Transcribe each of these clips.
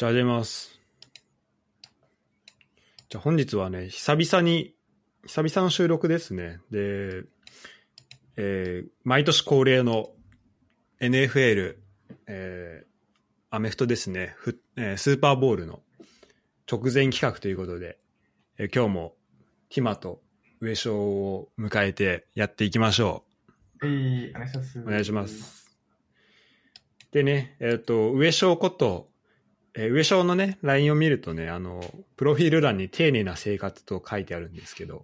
じゃあ始めます。じゃあ本日はね、久々の収録ですね。で、毎年恒例の NFL、アメフトですね、スーパーボウルの直前企画ということで、今日もティマと上昇を迎えてやっていきましょお願いします。 う。お願いします。でね、上昇こと上昇のね、LINE を見るとね、プロフィール欄に丁寧な生活と書いてあるんですけど、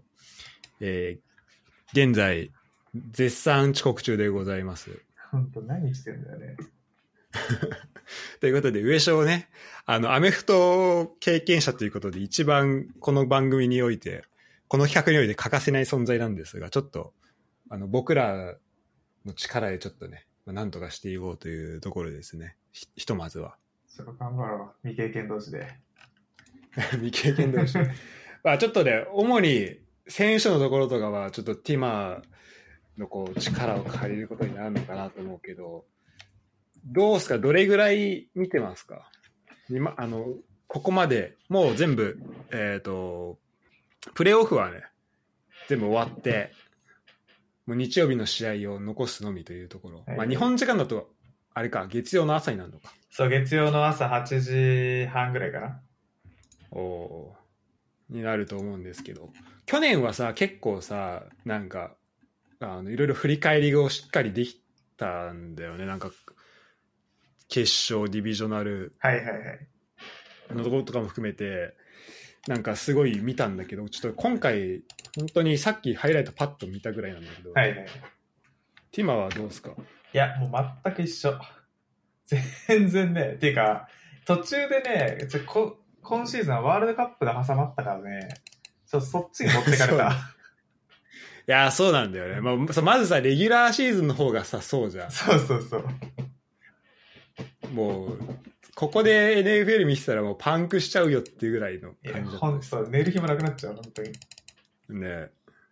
現在、絶賛遅刻中でございます。 本当何してるんだよね。 ということで、上昇ね、アメフト経験者ということで、一番この番組において、この企画において欠かせない存在なんですが、ちょっと、僕らの力でちょっとね、なんとかしていこうというところですね。ひとまずは。 ちょっと頑張ろう。未経験同士で。 未経験同士。まあちょっとね、主に選手のところとかは、ちょっとティマのこう力を借りることになるのかなと思うけど、どうすか、どれぐらい見てますか？今、ここまで、もう全部、プレーオフはね、全部終わって、もう日曜日の試合を残すのみというところ。まあ日本時間だと、あれか、月曜の朝になるのか。 そう、月曜の朝8時半ぐらいかな。 になると思うんですけど、去年はさ、結構さ、なんかいろいろ振り返りをしっかりできたんだよね。なんか決勝ディビジョナルのところとかも含めて、なんかすごい見たんだけど、ちょっと今回本当にさっきハイライトパッと見たぐらいなんだけど、ティマはどうですか？ いや、もう全く一緒。全然ね、っていうか途中でね、今シーズンはワールドカップで挟まったからね、そっちに持ってかれた。 いや、そうなんだよね。まずさ、レギュラーシーズンの方がさ、そうじゃん。 そう。 もうここで NFL 見せたらもうパンクしちゃうよっていうぐらいの感じだった。 本当寝る暇なくなっちゃう、本当に。 ね。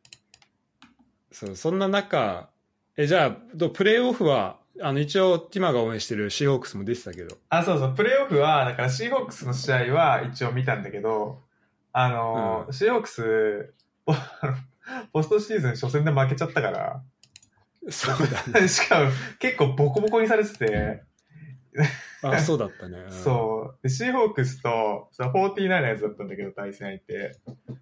そんな中、じゃあプレーオフは一応ティマが応援してるシーホークスも出てたけど。 そう、プレーオフはだからシーホークスの試合は一応見たんだけど、シーホークスポストシーズン初戦で負けちゃったから。 そうだね。 しかも結構ボコボコにされてて。 あ、そうだったね。 そうでシーホークスと49ersだったんだけど、対戦相手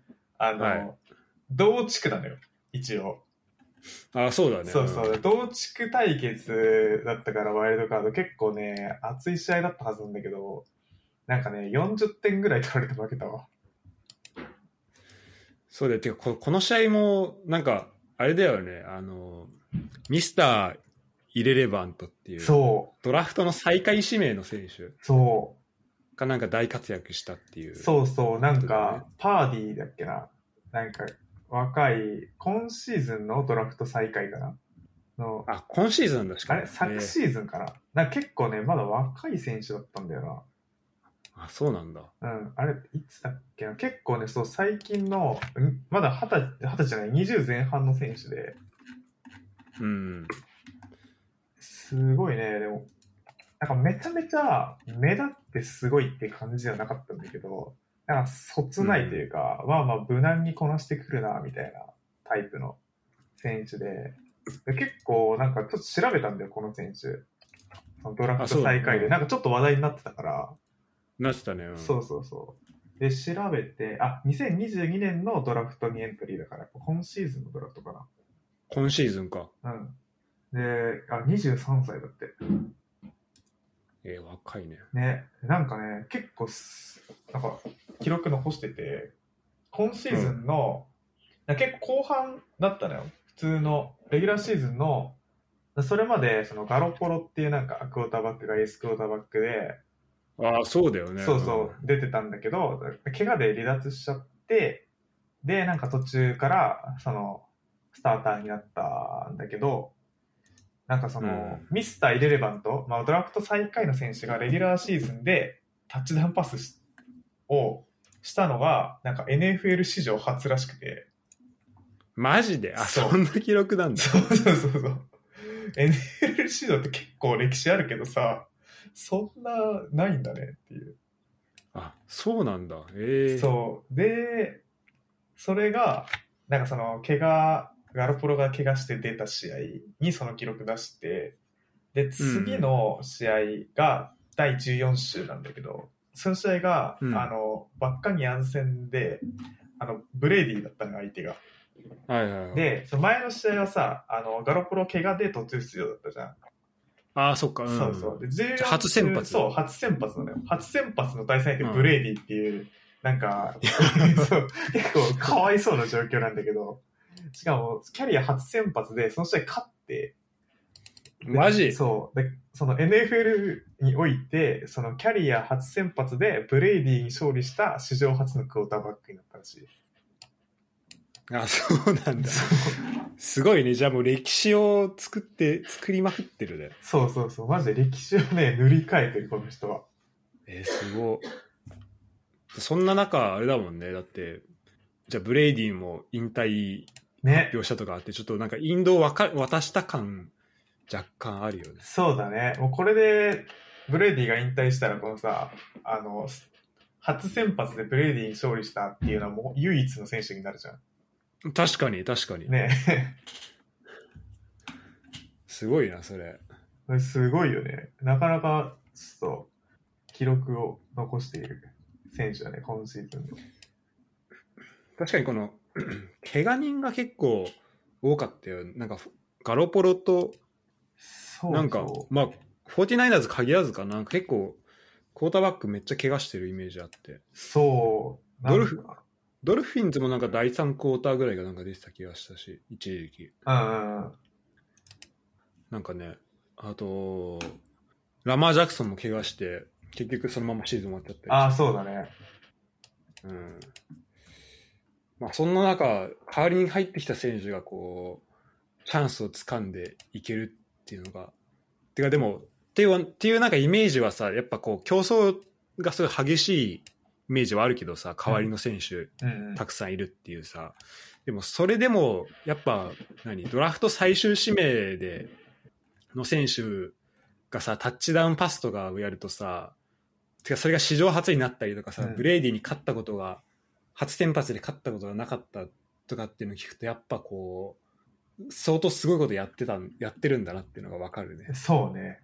同地区なのよ一応。 あ、そうだね。 そう同地区対決だったから、ワイルドカード結構ね熱い試合だったはずなんだけど、なんかね40点ぐらい取られて負けたわ。 そうで、てかこの試合もなんかあれだよね、ミスターイレレバントっていう、ドラフトの最下位指名の選手がなんか大活躍したっていう、 そうなんかパーディーだっけな、なんか若い今シーズンのドラフト最下位かなの。 あ、今シーズンだしか。 あれ昨シーズンかな、なんか結構ねまだ若い選手だったんだよな。 あ、そうなんだ。 あれいつだっけな、結構ね、そう最近のまだ20歳じゃない20前半の選手で、すごいね。でもなんかめちゃめちゃ目立ってすごいって感じではなかったんだけど、なんかそつないというか、まあ無難にこなしてくるなみたいなタイプの選手で、結構なんかちょっと調べたんだよ、この選手。そのドラフト最下位で、なんかちょっと話題になってたから。 なってたね。 そうで調べて、2022年のドラフトにエントリーだから、今シーズンのドラフトかな。 今シーズンか。 で、23歳だって。 若いね。 ね、なんかね、結構なんか記録残してて、今シーズンの、結構後半だったのよ。普通のレギュラーシーズンの、それまでそのガロポロっていうなんかクォーターバックがエースクォーターバックで、 そうだよね。 出てたんだけど、怪我で離脱しちゃって、で、なんか途中からそのスターターになったんだけど、なんかミスターイレレバント、ドラフト最下位の選手がレギュラーシーズンでタッチダウンパスをしたのがなんか NFL 史上初らしくて。 マジで？そんな記録なんだ。 そう NFL 史上って結構歴史あるけどさ、そんなないんだねっていう。 あ、そうなんだ。 そうでそれがなんかそのガロポロが怪我して出た試合にその記録出して、で次の試合が第14週なんだけど、その試合が、バッカニアン戦でブレイディだったの相手が。 はいはいはい、 でその前の試合はさガロポロ怪我で途中出場だったじゃん。 あ、そっか、 そうそう。で14週初先発。 そう、初先発なのよ。初先発の対戦相手ブレイディっていう、なんかそう結構かわいそうな状況なんだけど、しかもキャリア初先発でその試合勝って、 マジ？ そうでその NFL においてそのキャリア初先発でブレイディに勝利した史上初のクォーターバックになったらしい。 あ、そうなんだ。すごいね。じゃあもう歴史を作りまくってるね。 そうそうそう。マジで歴史をね塗り替えてるこの人は。 すごい。そんな中あれだもんね。だってじゃあブレイディも引退発表したとかあって、ちょっとなんか引導を渡した感若干あるよね。 そうだね。もうこれでブレイディが引退したらこのさ初先発でブレイディに勝利したっていうのはもう唯一の選手になるじゃん。 確かに確かにねすごいなそれ。 すごいよね。なかなかちょっと記録を残している選手だね今シーズンの。 確かにこの怪我人が結構多かったよ。なんかガロポロとなんかまあ 49ers 限らずかな、結構クォーターバックめっちゃ怪我してるイメージあって。 そうドルフィンズもなんか第3クォーターぐらいがなんか出てた気がしたし、一時期。なんかね、あとラマー・ジャクソンも怪我して結局そのままシーズン終わっちゃったりして。 ああそうだね。 まあそんな中代わりに入ってきた選手がこうチャンスを掴んでいけるっていうのが、てかでもっていうなんかイメージはさ、やっぱこう競争がすごい激しいイメージはあるけどさ、代わりの選手たくさんいるっていうさ、でもそれでもやっぱドラフト最終指名での選手がさタッチダウンパスとかをやるとさ、てかそれが史上初になったりとかさ、ブレイディに勝ったことが初先発で勝ったことがなかったとかっていうのを聞くと、やっぱこう相当すごいことやってるんだなっていうのが分かるね。 そうね。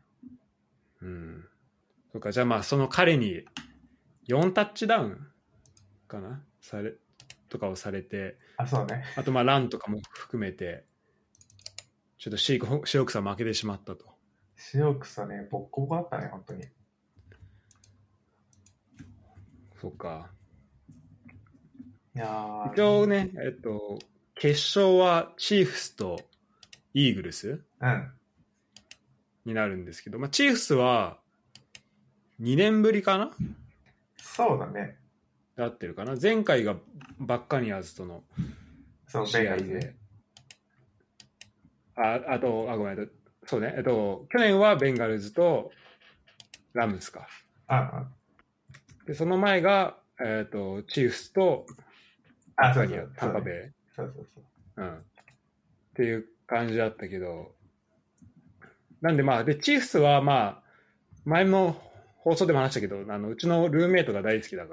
そうか、じゃあまあその彼に4タッチダウンかなとかをされて、 そうね。 あとまあランとかも含めてちょっとシオクサ負けてしまったと。 シオクサね、ボッコボコだったね本当に。 そうか。 いや一応ね、決勝はチーフスとイーグルス、になるんですけど、まあ、チーフスは2年ぶりかな。 そうだね。 合ってるかな。前回がバッカニアーズとの試合で、ごめん、そうね、去年はベンガルズとラムスか。でその前が、チーフスとバッカニア、タンパベイ。 そう。 っていう感じだったけど、なんでまあでチーフスはまあ前の放送でも話したけど、うちのルームメイトが大好きだから、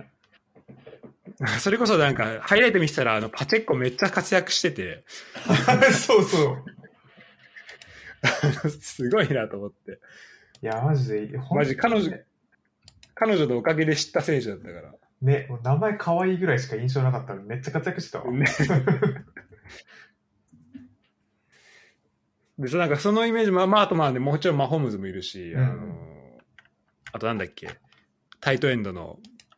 それこそなんかハイライト見せたらパチェッコめっちゃ活躍しててそうすごいなと思って。 いやマジで彼女のおかげで知った選手だったからね。もう名前可愛いぐらいしか印象なかったのにめっちゃ活躍してたわ、ねでなんかそのイメージも、まあ、あとまあ、ね、もちろんマホームズもいるし、あとなんだっけ、タイトエンドの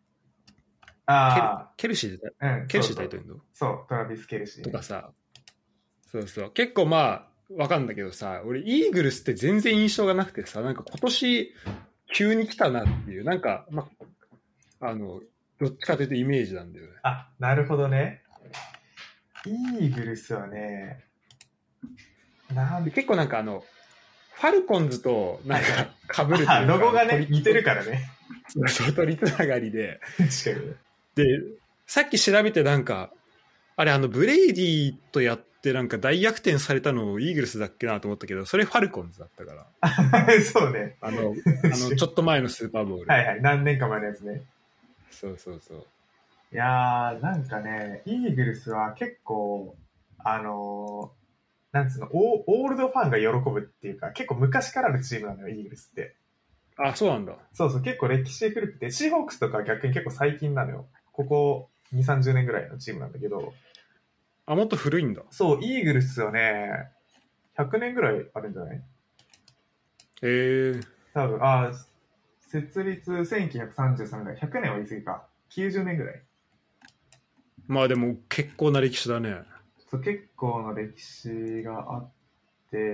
ケルシーケルシータイトエンド、 そうトラビス・ケルシーとかさ、そう結構まあわかんだけどさ、俺イーグルスって全然印象がなくてさ、なんか今年急に来たなっていう、なんかまあどっちかというとイメージなんだよね。 なるほどね。イーグルスはね、 結構なんかファルコンズとなんか被るというか、 ロゴがね似てるからね。 そう取りつながりで。 確かに。 でさっき調べてなんかあれブレイディとやっってなんか大逆転されたのイーグルスだっけなと思ったけど、それファルコンズだったから。 そうね。 ちょっと前のスーパーボール。 はいはい、何年か前のやつね。 そうそうそう。 いやー、なんかね、イーグルスは結構、なんつうの、オールドファンが喜ぶっていうか、結構昔からのチームなのよ、イーグルスって。 あ、そうなんだ。 そうそう、結構歴史古くて、シーホークスとかは逆に結構最近なのよ。ここ2、30年ぐらいのチームなんだけど。 あ、もっと古いんだ。 そう、イーグルスはね、100年ぐらいあるんじゃない？多分、設立1933年だ。100年は言い過ぎか。90年ぐらい。 まあでも結構な歴史だね。 そう、結構な歴史があって、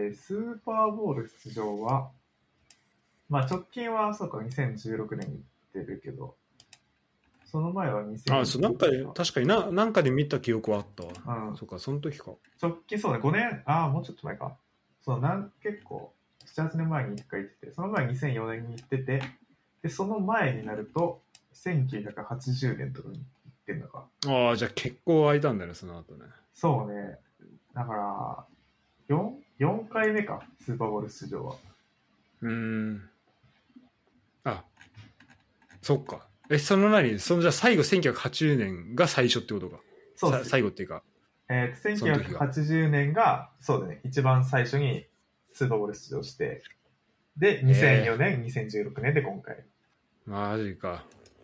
スーパーボール出場は、まあ直近はそうか2016年に行ってるけど、その前は2000 あ、そう、なんか確かになんかで見た記憶はあったわ。 うん。 そうか、その時か。 直近そうね、5年、もうちょっと前か。そう、結構、7、8年前に1回行ってて、その前2004年に行ってて、で、その前になると、1980年とかに行ってんのか。 ああ、じゃあ結構空いたんだね、その後ね。 そうね。だから、4回目か、スーパーボール出場は。 あ、そっか。じゃあ最後1980年が最初ってことか。 そうです。 最後っていうか。 1980年が、そうだね、一番最初にスーパーボール出場して、で、2004年、2016年で今回。 マジか。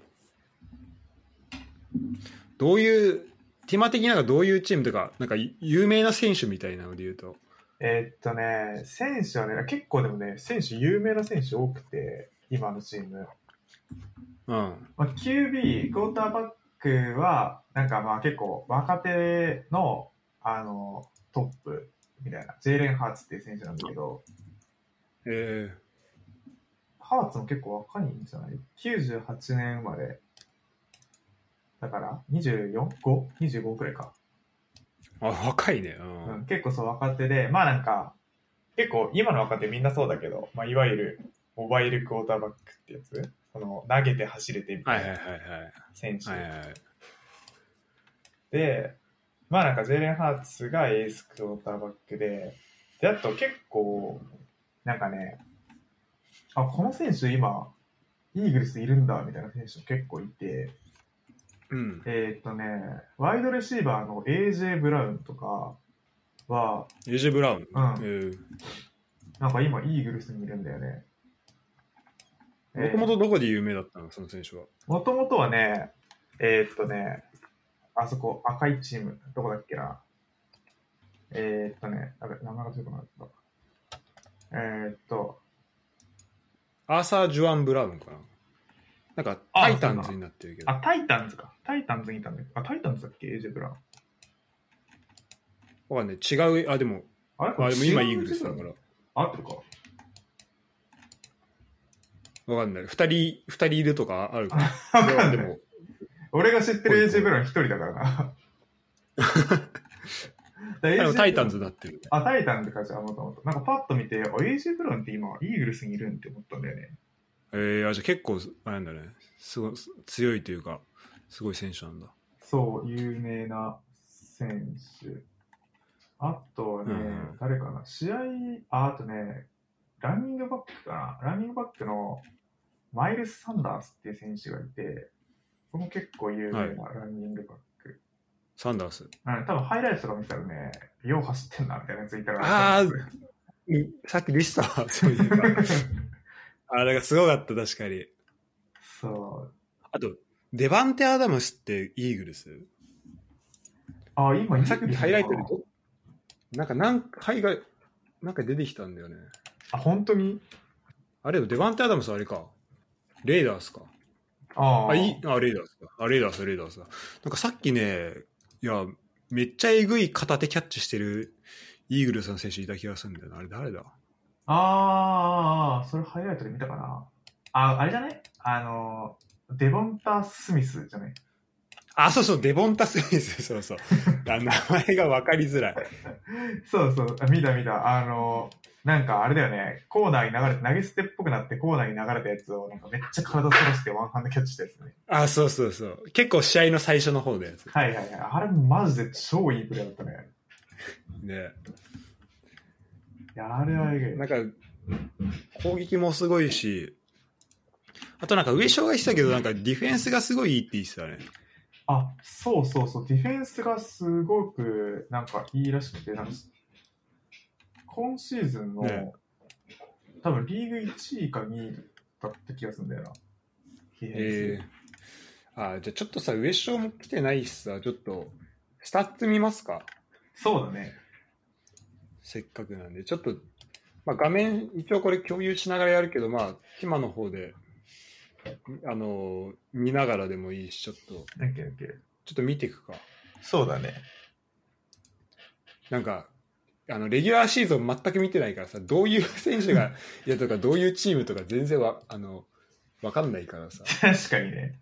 どういう、ティマ的になんかどういうチームとか、なんか有名な選手みたいなので言うと。 選手はね、結構でもね、有名な選手多くて、今のチーム。 うん。 まあ、QB、クォーターバックは、なんかまあ結構若手の、トップみたいな、ジェイレン・ハーツっていう選手なんだけど、ハーツも結構若いんじゃない？ 98 年生まれ。だから 24?5?25 くらいか。 あ、若いね。 うん、結構そう若手で、まあなんか、結構今の若手みんなそうだけど、まあいわゆるモバイルクォーターバックってやつ、投げて走れてみたいな選手。で、まあなんかジェイレン・ハーツがエースクォーターバックで、あと結構、なんかね、この選手今、イーグルスいるんだみたいな選手も結構いて、 うん、 ワイドレシーバーの AJ ブラウンとかは、 AJ ブラウン、 なんか今イーグルスにいるんだよね。 もともとどこで有名だったの、その選手は。 もともとはね、あそこ赤いチーム、どこだっけな。名前が出てこなかった。 アーサー・ジュアン・ブラウンかな。なんかタイタンズになってるけど。 タイタンズか。タイタンズにいたんだけど。タイタンズだっけ AJ ブラウン。 わかんない。違う、でも今イーグルスだから。 合ってるか。 わかんない。二人いるとかあるから。でも俺が知ってる AJ ブラウン一人だからな。 タイタンズになってる。 タイタンズか、じゃあ、もともと。なんかパッと見て、AJ ブラウンって今、イーグルスにいるんって思ったんだよね。 じゃあ結構、あれなんだね。すごい強いというか、すごい選手なんだ。 そう、有名な選手。あとはね、誰かな。あとね、ランニングバックかな。ランニングバックのマイルス・サンダースっていう選手がいて、これも結構有名なランニングバック。 サンダース。 多分ハイライトとか見たらね、よう走ってんなみたいなやついたから。 さっきリストはそういうか。だからすごかった、確かに。 そう。 あと、デバンテ・アダムスってイーグルス？ 今さっきハイライトでなんか出てきたんだよね。 本当に？ あれよ、デバンテ・アダムスあれか。レイダースか。レイダースか。レイダースだ。なんかさっきね、いや、めっちゃえぐい片手キャッチしてるイーグルスの選手いた気がするんだよな。あれ誰だ？ それハイライトで見たかな。あれじゃね？デボンタ・スミスじゃね？ そうそう、デボンタ・スミス。そうそう。名前が分かりづらい。 そうそう、見た。なんかあれだよね、コーナーに流れて、投げ捨てっぽくなってコーナーに流れたやつを、なんかめっちゃ体反らしてワンハンドキャッチしたやつね。 そうそうそう。結構試合の最初の方のやつ。 はい。あれマジで超いいプレーだったね。 ね。 いや、あれはえぐい。 なんか攻撃もすごいし、あとなんか上昇がしたけどなんかディフェンスがすごいいいって言ってたね。 あ、そうそうそう、ディフェンスがすごくなんかいいらしくて、なんか今シーズンの、 ね、 多分リーグ1位か2位だった気がするんだよな。ディフェンス。 あ、じゃあちょっとさ、上昇も来てないしさ、ちょっとスタッツ見ますか。 そうだね。 せっかくなんで、ちょっと、まあ、画面一応これ共有しながらやるけど、まあ、今の方で、見ながらでもいいし、ちょっと、 オッケーオッケー。 ちょっと見ていくか。 そうだね。 なんか、レギュラーシーズン全く見てないからさ、どういう選手がいやとか、どういうチームとか全然わかんないからさ。 確かにね。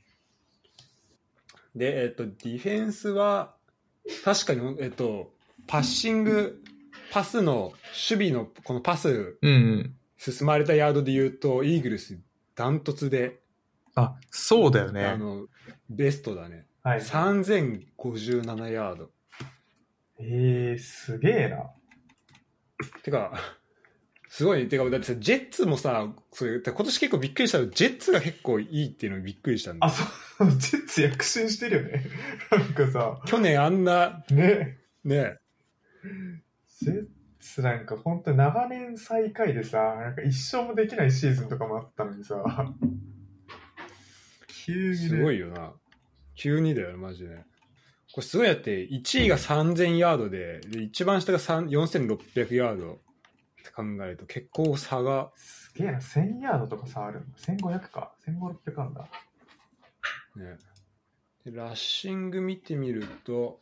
で、ディフェンスは、確かに、パッシング、パスの、守備の、このパス、進まれたヤードで言うと、イーグルス、ダントツで、 あ、そうだよね。 ベストだね。 はい。 3057ヤード。 すげえな。 てか、すごい、てか、だってさ、ジェッツもさ、それ今年結構びっくりしたの、ジェッツが結構いいっていうのにびっくりしたんだ。 あ、そう、ジェッツ躍進してるよね。なんかさ、 去年あんな、 ね。 ね、 ジェッツなんか本当に長年最下位でさ、なんか一生もできないシーズンとかもあったのにさ、急にね。 すごいよな。急にだよ、マジで。これすごいやって、1位が3000ヤードで、一番下が4600ヤードって考えると結構差が。 すげえな、1000ヤードとか差あるんだ。1500か。1500あんだ。 ね。でラッシング見てみると、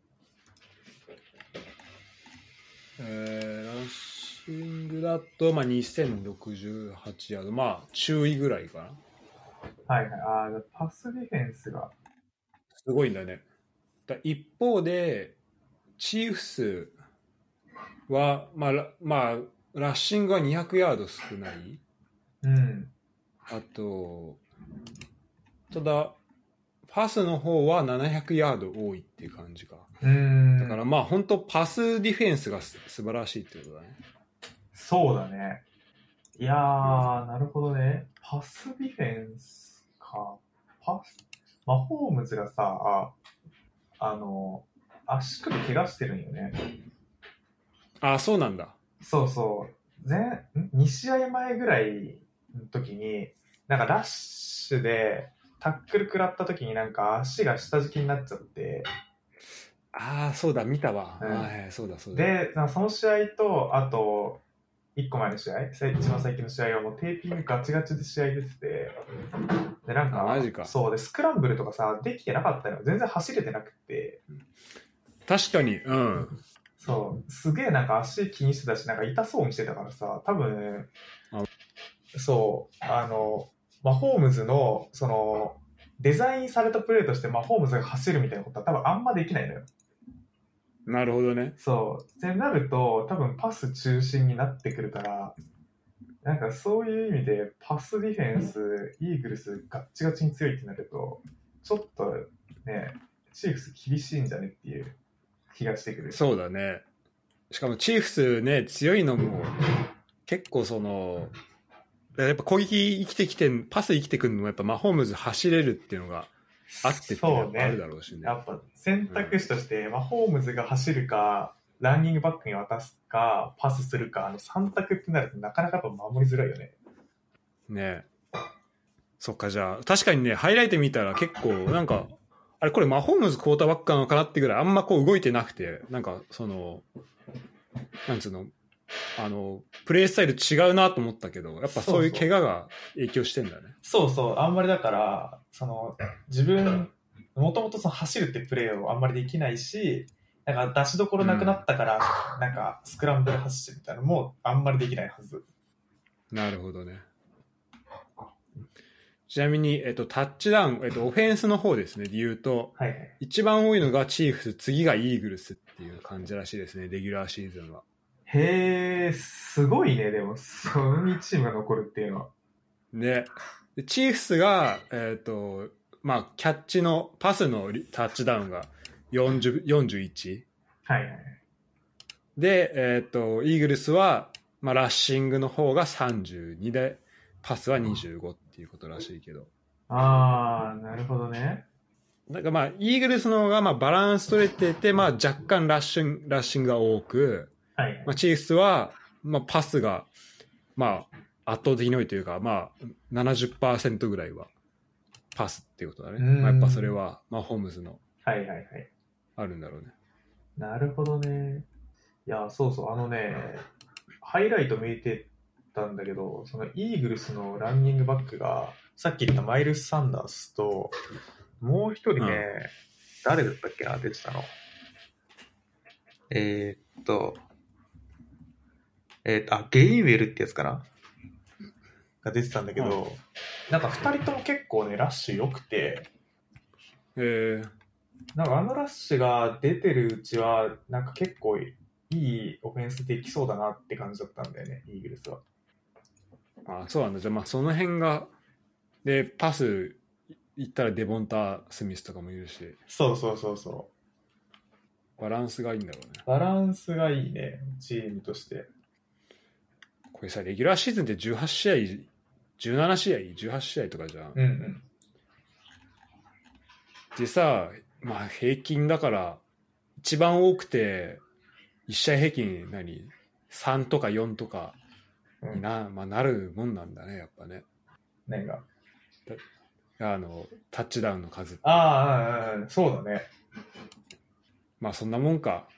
ラッシングだと、まあ、2068ヤード。まあ、中位ぐらいかな。 はいはい。パスディフェンスが。 すごいんだね。一方で、チーフスは、まあ、ラッシングは200ヤード少ない。 うん。 あと、ただ、パスの方は700ヤード多いっていう感じか。だからまあ本当パスディフェンスが素晴らしいってことだね。 そうだね。いやー、なるほどね。パスディフェンスか。マホームズがさ、足首怪我してるんよね。 あ、そうなんだ。 そうそう。2試合前ぐらいの時に、なんかラッシュでタックル食らった時になんか足が下敷きになっちゃって、 ああ、そうだ、見たわ。そうだ、そうだ。 で、その試合と、あと、1個前の試合、一番最近の試合はもうテーピングガチガチで試合出てて、で、なんか、 マジか。 そうで、スクランブルとかさ、できてなかったの。全然走れてなくて。 確かに、うん。 そう、すげえなんか足気にしてたし、なんか痛そうにしてたからさ、多分、そう、マホームズの、デザインされたプレーとしてマホームズが走るみたいなことは多分あんまできないのよ。 なるほどね。 そう。ってなると、多分パス中心になってくるから、なんかそういう意味で、パスディフェンス、イーグルスガッチガチに強いってなると、ちょっとね、チーフス厳しいんじゃねっていう気がしてくる。 そうだね。しかもチーフスね、強いのも、結構やっぱ攻撃生きてきて、パス生きてくるのもやっぱマホームズ走れるっていうのがあってってあるだろうしね。 やっぱ選択肢として、マホームズが走るか、ランニングバックに渡すか、パスするか、3択ってなるとなかなかやっぱ守りづらいよね。 ねえ。そっか、じゃあ、確かにね、ハイライト見たら結構、なんか、あれこれマホームズクォーターバックなのかなってぐらいあんまこう動いてなくて、なんかなんつうの、プレースタイル違うなと思ったけど、やっぱそういう怪我が影響してんだね。 そうそう、あんまりだから、自分、もともと走るってプレーをあんまりできないし、なんか出しどころなくなったから、なんかスクランブル走るみたいなのもあんまりできないはず。 なるほどね。ちなみに、タッチダウン、オフェンスの方ですね、で言うと、 はいはい、 一番多いのがチーフス、次がイーグルスっていう感じらしいですね、レギュラーシーズンは。 へー、すごいね、でも、その2チームが残るっていうのは。 ね。でチーフスが、まあ、キャッチの、パスのタッチダウンが41。 はいはい。 で、イーグルスは、まあ、ラッシングの方が32で、パスは25っていうことらしいけど。 ああ、なるほどね。 なんかまあ、イーグルスの方がまあバランス取れてて、まあ、若干ラッシングが多く、 はい、 まあ、チーフスは、まあ、パスが、まあ、圧倒的に多いというか、まあ、70% ぐらいはパスっていうことだね。まあ、やっぱそれは、まあ、ホームズのはいはいはい。 あるんだろうね。 なるほどね。いや、そうそう、ハイライト見てたんだけど、そのイーグルスのランニングバックが、さっき言ったマイルス・サンダースと、もう一人ね、誰だったっけな、出てたの。ゲインウェルってやつかなが出てたんだけど、なんか二人とも結構ね、ラッシュ良くて、なんかあのラッシュが出てるうちは、なんか結構いいオフェンスできそうだなって感じだったんだよね、イーグルスは。 あ、そうなんだ。じゃあまあその辺が、で、パス行ったらデボンター・スミスとかもいるし、 そう。 バランスがいいんだろうね。 バランスがいいね、チームとして。 これさ、レギュラーシーズンって18試合、17試合、18試合とかじゃん。 うんうん。 でさ、まあ平均だから、一番多くて、1試合平均3とか4とかにまあ、なるもんなんだね、やっぱね。 何がタッチダウンの数。 そうだね。 まあそんなもんか。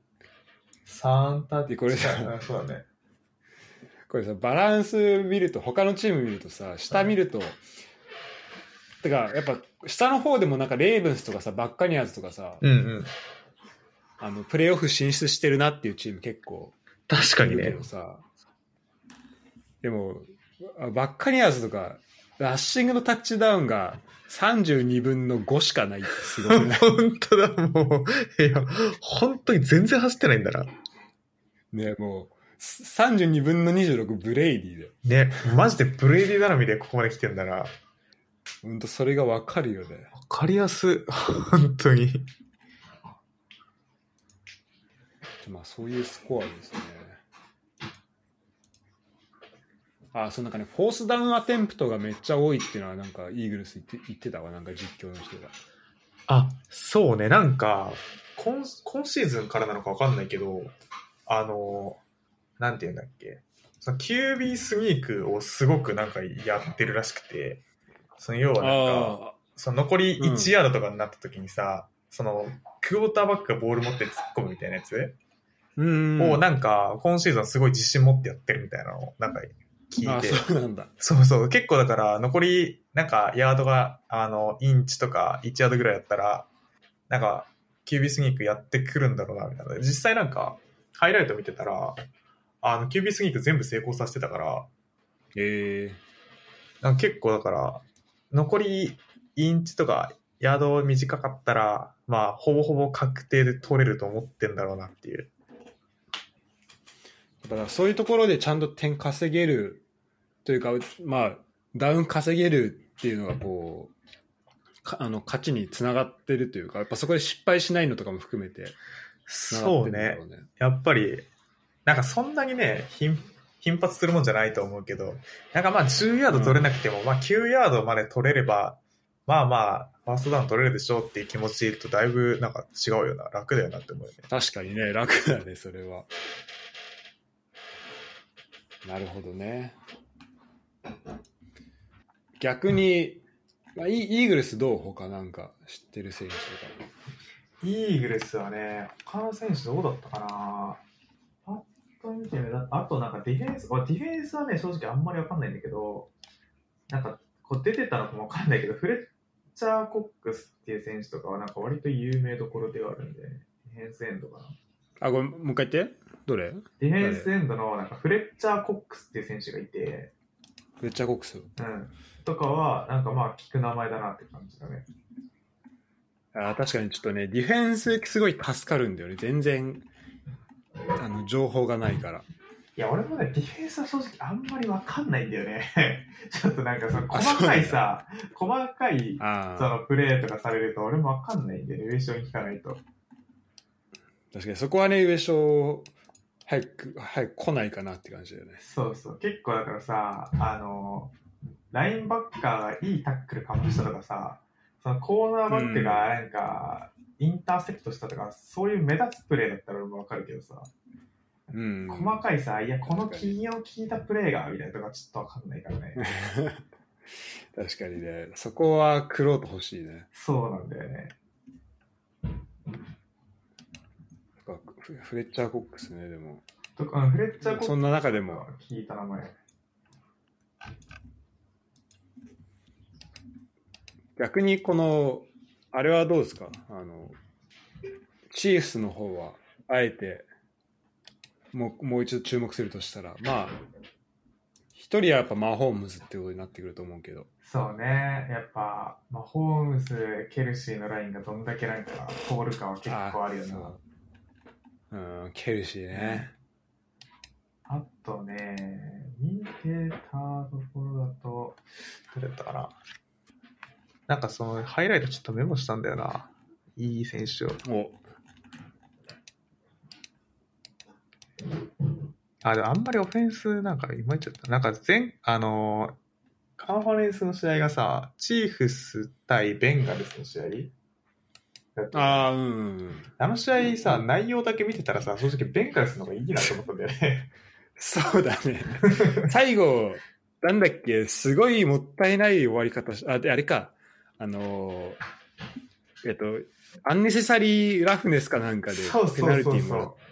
3タッチでこれさ、 そうだね。 これさ、バランス見ると、他のチーム見るとさ、下見ると、てか、やっぱ下の方でもなんかレーブンスとかさ、バッカニアーズとかさ、プレーオフ進出してるなっていうチーム結構確かにね。 いるけどさ、でも、バッカニアーズとか、ラッシングのタッチダウンが32分の5しかないってすごくない？ 本当だ、もう。いや、本当に全然走ってないんだな。 ね、もう、32分の26ブレイディだよ。 ね、マジでブレイディ頼みでここまで来てんだな。 ほんとそれが分かるよね。 分かりやす。本当に。 まあそういうスコアですね。そうなんかね、フォースダウンアテンプトがめっちゃ多いっていうのはなんかイーグルス言ってたわ、なんか実況の人が。 そうね、なんか今シーズンからなのか分かんないけど、なんていうんだっけ、その QB スニークをすごくなんかやってるらしくて、その要はなんかその残り1ヤードとかになった時にさ、そのクォーターバックがボール持って突っ込むみたいなやつをなんか今シーズンすごい自信持ってやってるみたいなのをなんか聞いて、 そうなんだ。 そう結構だから残りなんかヤードがインチとか1ヤードぐらいだったらなんか QB スニークやってくるんだろうなみたいな。実際なんかハイライト見てたらQB スニーク全部成功させてたから、なんか結構だから残りインチとかヤード短かったらまあほぼほぼ確定で取れると思ってんだろうなっていう。 だからそういうところでちゃんと点稼げるというか、まあダウン稼げるっていうのがこう勝ちにつながってるというか、やっぱそこで失敗しないのとかも含めてつながってるんだろうね。 やっぱりなんかそんなにね頻発するもんじゃないと思うけど、なんかまあ10ヤード取れなくても、まあ9ヤードまで取れればまあファーストダウン取れるでしょうっていう気持ちでいるとだいぶなんか違うよな、楽だよなって思うよね。 確かにね、楽だね、それは。なるほどね。逆に、イーグルスどう？他なんか知ってる選手とか。 イーグルスはね、他の選手どうだったかな。パッと見てね、あとなんかディフェンスはね、正直あんまりわかんないんだけど、なんかこう出てたのかもわかんないけど、フレッチャー・コックスっていう選手とかはなんか割と有名どころではあるんで、ね、ディフェンスエンドかな。 ごめん、もう一回言って。どれ？ ディフェンスエンドのなんかフレッチャー・コックスっていう選手がいて、 フレッチャー・コックス。 とかはなんかまあ聞く名前だなって感じだね。 確かにちょっとね、ディフェンスすごい助かるんだよね。全然情報がないから。 いや俺もねディフェンスは正直あんまりわかんないんだよね。ちょっとなんかその細かいそのプレーとかされると俺もわかんないんで、ね、上昇に聞かないと。 確かにそこはね、上昇早く来ないかなって感じだよね。 そうそう。結構だからさ、ラインバッカーがいいタックルかもしたとかさ、そのコーナーバックがなんか、インターセプトしたとか、そういう目立つプレーだったらわかるけどさ、 うん、 細かいさ、いや、この金を聞いたプレーが、みたいなとかちょっとわかんないからね。 確かにね、そこはクロート欲しいね。 そうなんだよね。 フレッチャーコックスね、でも。 フレッチャーコックスそんな中でも聞いた名前。 逆にこのあれはどうですか、チーフスの方はあえてもう一度注目するとしたら、まあ一人はやっぱマホームズってことになってくると思うけど。 そうね、やっぱマホームズ、ケルシーのラインがどんだけなんか通るかは結構あるよな。 ケルシーね。 あとね、見てたところだと、どれだったかな。なんかそのハイライトちょっとメモしたんだよな。いい選手を。でもあんまりオフェンスなんかいまいちだった。なんかカンファレンスの試合がさ、チーフス対ベンガルスの試合あの試合さ、内容だけ見てたらさ、正直ベンガルスの方がいいなと思ったんだよね。 そうだね。最後、なんだっけ、すごいもったいない終わり方あれか、アンネセサリーラフネスかなんかでペナルティーもらって、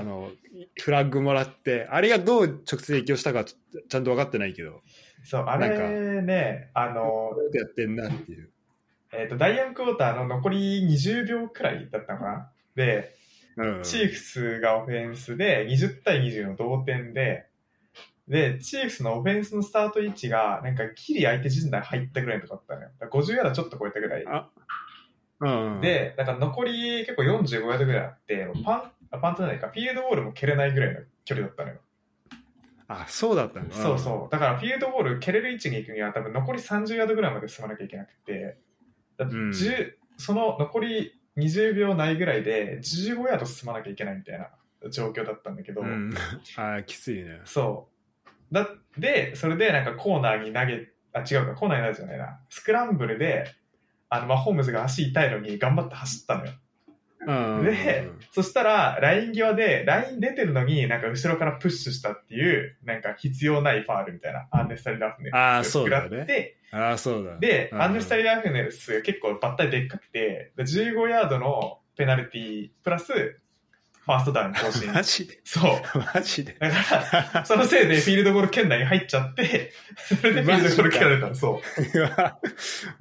フラッグもらって、あれがどう直接影響したかちゃんと分かってないけど。そう、あれね、やってんなっていう。第4クォーターの残り20秒くらいだったのかな。で、チーフスがオフェンスで20対20の同点で、チーフスのオフェンスのスタート位置がなんかギリ相手陣内入ったぐらいのとこだったのよ。50ヤードちょっと超えたぐらい。で、だから残り結構45ヤードぐらいあって、パントじゃないか、フィールドゴールも蹴れないぐらいの距離だったのよ。あ、そうだったの。そうそう。だからフィールドゴール蹴れる位置に行くには多分残り30ヤードぐらいまで進まなきゃいけなくて、その残り20秒ないぐらいで15ヤード進まなきゃいけないみたいな状況だったんだけど、きついね。そうでそれでなんかコーナーにコーナーに投げじゃないな、スクランブルでマホームズが足痛いのに頑張って走ったのよ。で、そしたらライン際でライン出てるのになんか後ろからプッシュしたっていうなんか必要ないファールみたいな、アンネスタリーラフネルス食らって、で、アンネスタリーラフネルス結構バッタリでっかくて15ヤードのペナルティープラスファーストダウン更新。マジで？そう。マジで？だから、そのせいでフィールドゴール圏内に入っちゃって、それでフィールドゴール蹴られたの。そう。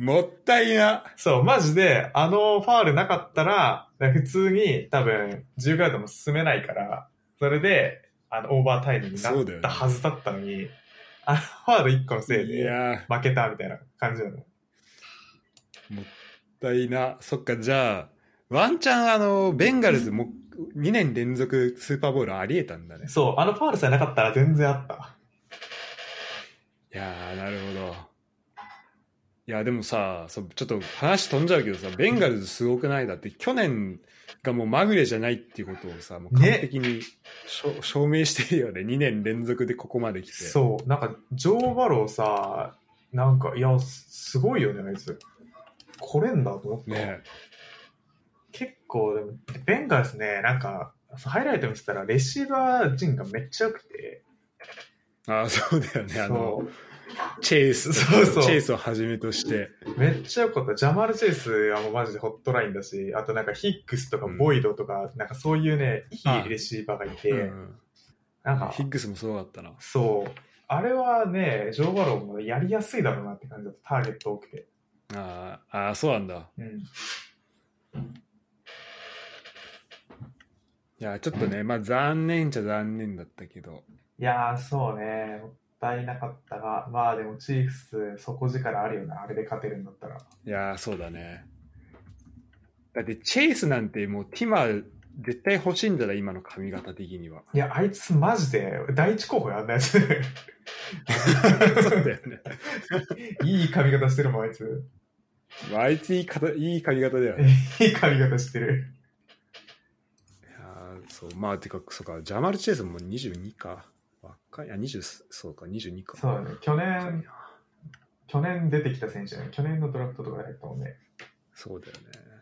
もったいな。そう、マジで、ファールなかったら、普通に多分、10ヤードも進めないから、それで、オーバータイムになったはずだったのに、ファール1個のせいで、負けたみたいな感じなの。もったいな。そっか、じゃあ、ワンチャンベンガルズも2年連続スーパーボールありえたんだね。そう、ファールさえなかったら全然あった。いやー、なるほど。いや、でもさ、ちょっと話飛んじゃうけどさ、ベンガルズすごくない？だって去年がもうまぐれじゃないっていうことをさ、もう完璧に、証明してるよね。2年連続でここまで来て。そう、なんか、ジョー・バローさ、なんか、いや、すごいよね、あいつ。来れんだと思って。ね。結構でもベンガルスね、なんかハイライト見てたらレシーバー陣がめっちゃ良くて、そうだよね、チェイス、チェイスをはじめとしてめっちゃ良かった。ジャマル・チェイスはもうマジでホットラインだし、あとなんかヒックスとかボイドとか、なんかそういうね、いいレシーバーがいて、なんかヒックスもすごかったな。そう、あれはね、ジョー・バローもやりやすいだろうなって感じだった。ターゲット多くて。そうなんだ。いや、ちょっとね、まあ残念っちゃ残念だったけど。いやー、そうね、もったいなかったが、まあでもチーフス、底力あるよな、あれで勝てるんだったら。いやー、そうだね。だってチェイスなんてもうティマー絶対欲しいんだな、今の髪型的には。いや、あいつマジで第一候補やんなやつ。そうだよね。いい髪型してるもん、あいつ。あいついい髪型だよね。いい髪型してる。 そうまあてかそうかジャマル・チェイスも22か若い20そうか22かそうだね去年出てきた選手ね去年のドラフトとかで入ったもんねそうだよね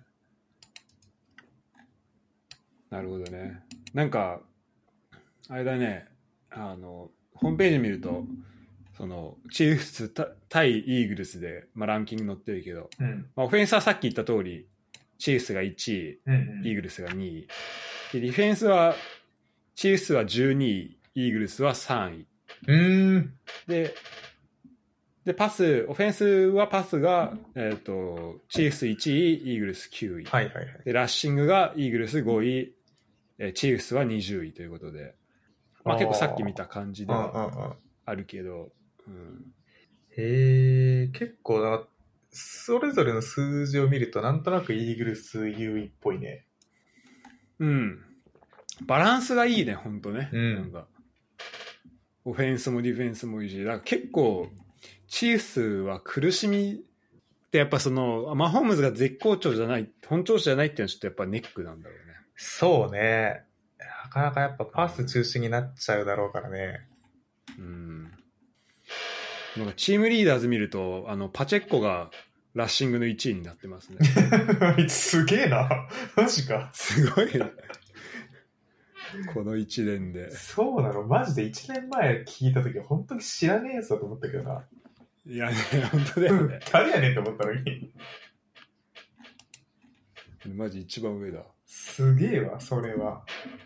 なるほどねなんかあれだねホームページ見るとそのチーフス対イーグルスで、まあ、ランキング載ってるけど、 うんまあ、オフェンスはさっき言った通りチーフスが1位、 うんうん、 イーグルスが2位でディフェンスはチーフスは12位イーグルスは3位でパスオフェンスはパスが、チーフス1位イーグルス9位、 はいはいはい、 でラッシングがイーグルス5位チーフスは20位ということで、まあ、結構さっき見た感じではあるけど、うん、 へえ結構だそれぞれの数字を見るとなんとなくイーグルス優位っぽいねうんバランスがいいねほんとね、 うん、 なんかオフェンスもディフェンスもいいしだから結構チーフスは苦しみってやっぱそのマホームズが絶好調じゃない本調子じゃないっていうのはちょっとやっぱネックなんだろうねそうねなかなかやっぱパス中心になっちゃうだろうからねうんなんかチームリーダーズ見るとパチェッコがラッシングの1位になってますねすげえなマジかすごいねこの1年でそうなのマジで1年前聞いた時本当に知らねえやつだと思ったけどないやね本当だよね誰やねんって思ったのにマジ一番上だすげえわそれは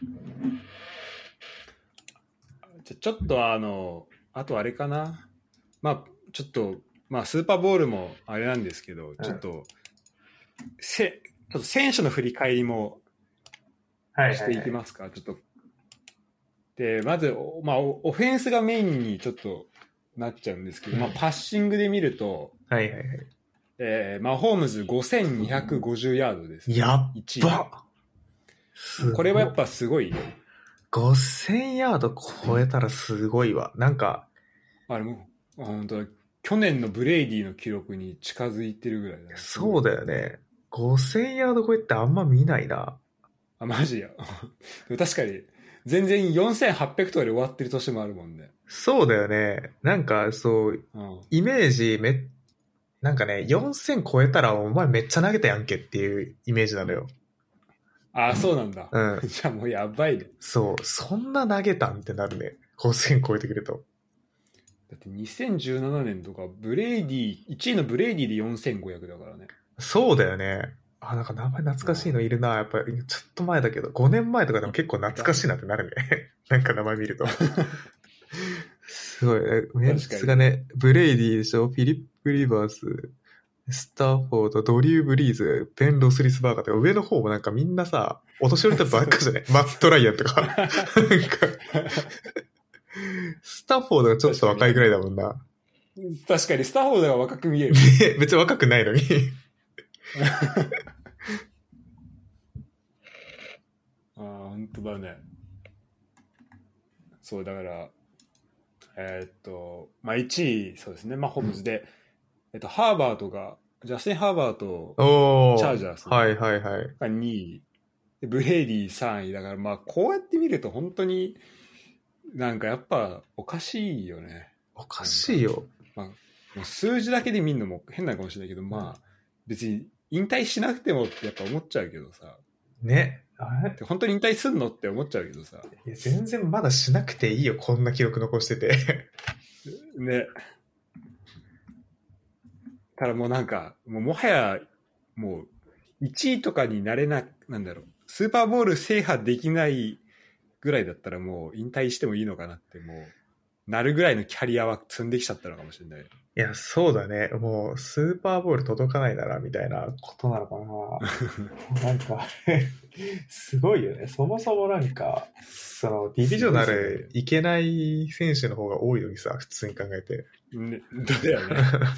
じゃちょっとあとあれかなまあちょっとまあスーパーボールもあれなんですけど、ちょっと選手の振り返りもしていきますか、ちょっとでまず、まあ、オフェンスがメインにちょっとなっちゃうんですけど、まあ、パッシングで見ると、 はいはいはいマホームズ5250ヤードです、ね、 やっばこれはやっぱすごいよ 5000ヤード超えたらすごいわなんかあれも本当だ去年のブレイディの記録に近づいてるぐらいだ、ね、 そうだよね5000ヤード超えってあんま見ないなあマジや確かに全然4800とかで終わってる年もあるもんねそうだよねなんかそう、うん、イメージなんかね4000超えたらお前めっちゃ投げたやんけっていうイメージなのよあそうなんだ、 うん、 じゃあもうやばいねそうそんな投げたんってなるね5000超えてくるとだって2017年とかブレイディ1位のブレイディで4500だからねそうだよねあなんか名前懐かしいのいるなやっぱりちょっと前だけど5年前とかでも結構懐かしいなってなるねなんか名前見るとすごいメンツがねブレイディでしょフィリップ・リバーススターフォードドリュー・ブリーズベン・ロスリスバーガーとか上の方もなんかみんなさお年寄りとばっかじゃないマット・ライアンとかなんかスタッフォードがちょっと若いぐらいだもんな確かにスタッフォードが若く見える別に若くないのにああ本当だねそうだからまあ1位そうですねまあホームズで、ハーバートがジャスティン・ハーバートチャージャース、ね、 はいはいはいが2位でブレイディ3位だからまあこうやって見ると本当になんかやっぱおかしいよねおかしいよ、 まあ、もう数字だけで見るのも変なのかもしれないけどまあ別に引退しなくてもってやっぱ思っちゃうけどさね本当に引退すんのって思っちゃうけどさいや全然まだしなくていいよこんな記録残しててねただもうなんかもはやもう1位とかになれなんだろうスーパーボール制覇できないぐらいだったらもう引退してもいいのかなってもうなるぐらいのキャリアは積んできちゃったのかもしれない。 いやそうだねもうスーパーボール届かないならみたいなことなのかななんかすごいよねそもそもなんかそのディビジョナルいけない選手の方が多いのにさ普通に考えて、 ね、だよね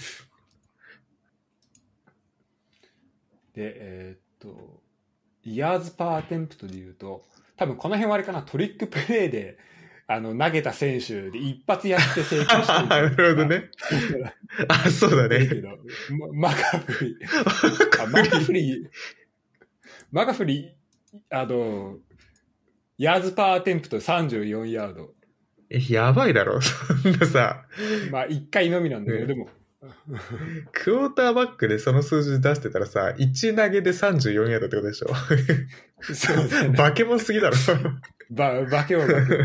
でイヤーズパーアテンプトでいうと多分この辺はあれかなトリックプレーで投げた選手で一発やって成功してるなるほどねあそうだねマカフリーマカフリーヤーズパーアテンプト34ヤード。 やばいだろ。そんなさ。 まあ1回のみなんだけど、でも。 クォーターバックでその数字出してたらさ、1投げで34ヤードってことでしょ。 そうだね。 化け物すぎだろ。 化け物だけど。 い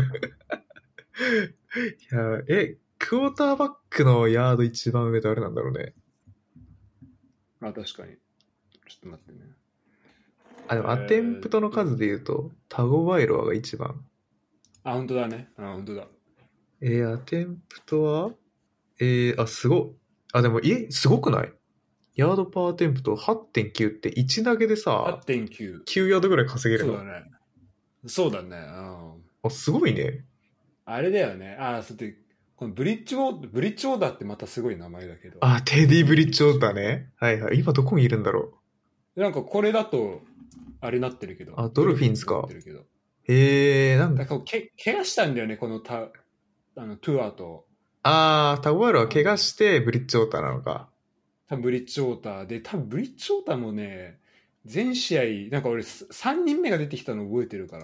や、クォーターバックのヤード一番上誰なんだろうね。 まあ確かに。ちょっと待ってね。 でもアテンプトの数で言うと、タゴバイロアが一番。 本当だね。本当だ。 アテンプトはすごい。でも、すごくない？ヤードパーアテンプト 8.9 って1投げでさ、 8.9。 9ヤードぐらい稼げるの？ そうだね。そうだね。 すごいね。 あれだよね。そうで、このブリッジウォーダーってまたすごい名前だけど。 テディ・ブリッジウォーダーね。はいはい。今どこにいるんだろう。なんかこれだと、あれなってるけど。 ドルフィンズか。なんだ。 だから怪我したんだよね、このトゥアーと。 タゴバイロは怪我してブリッジウォーターなのか。 多分ブリッジウォーターで、多分ブリッジウォーターもね、全試合、なんか俺3人目が出てきたの覚えてるから。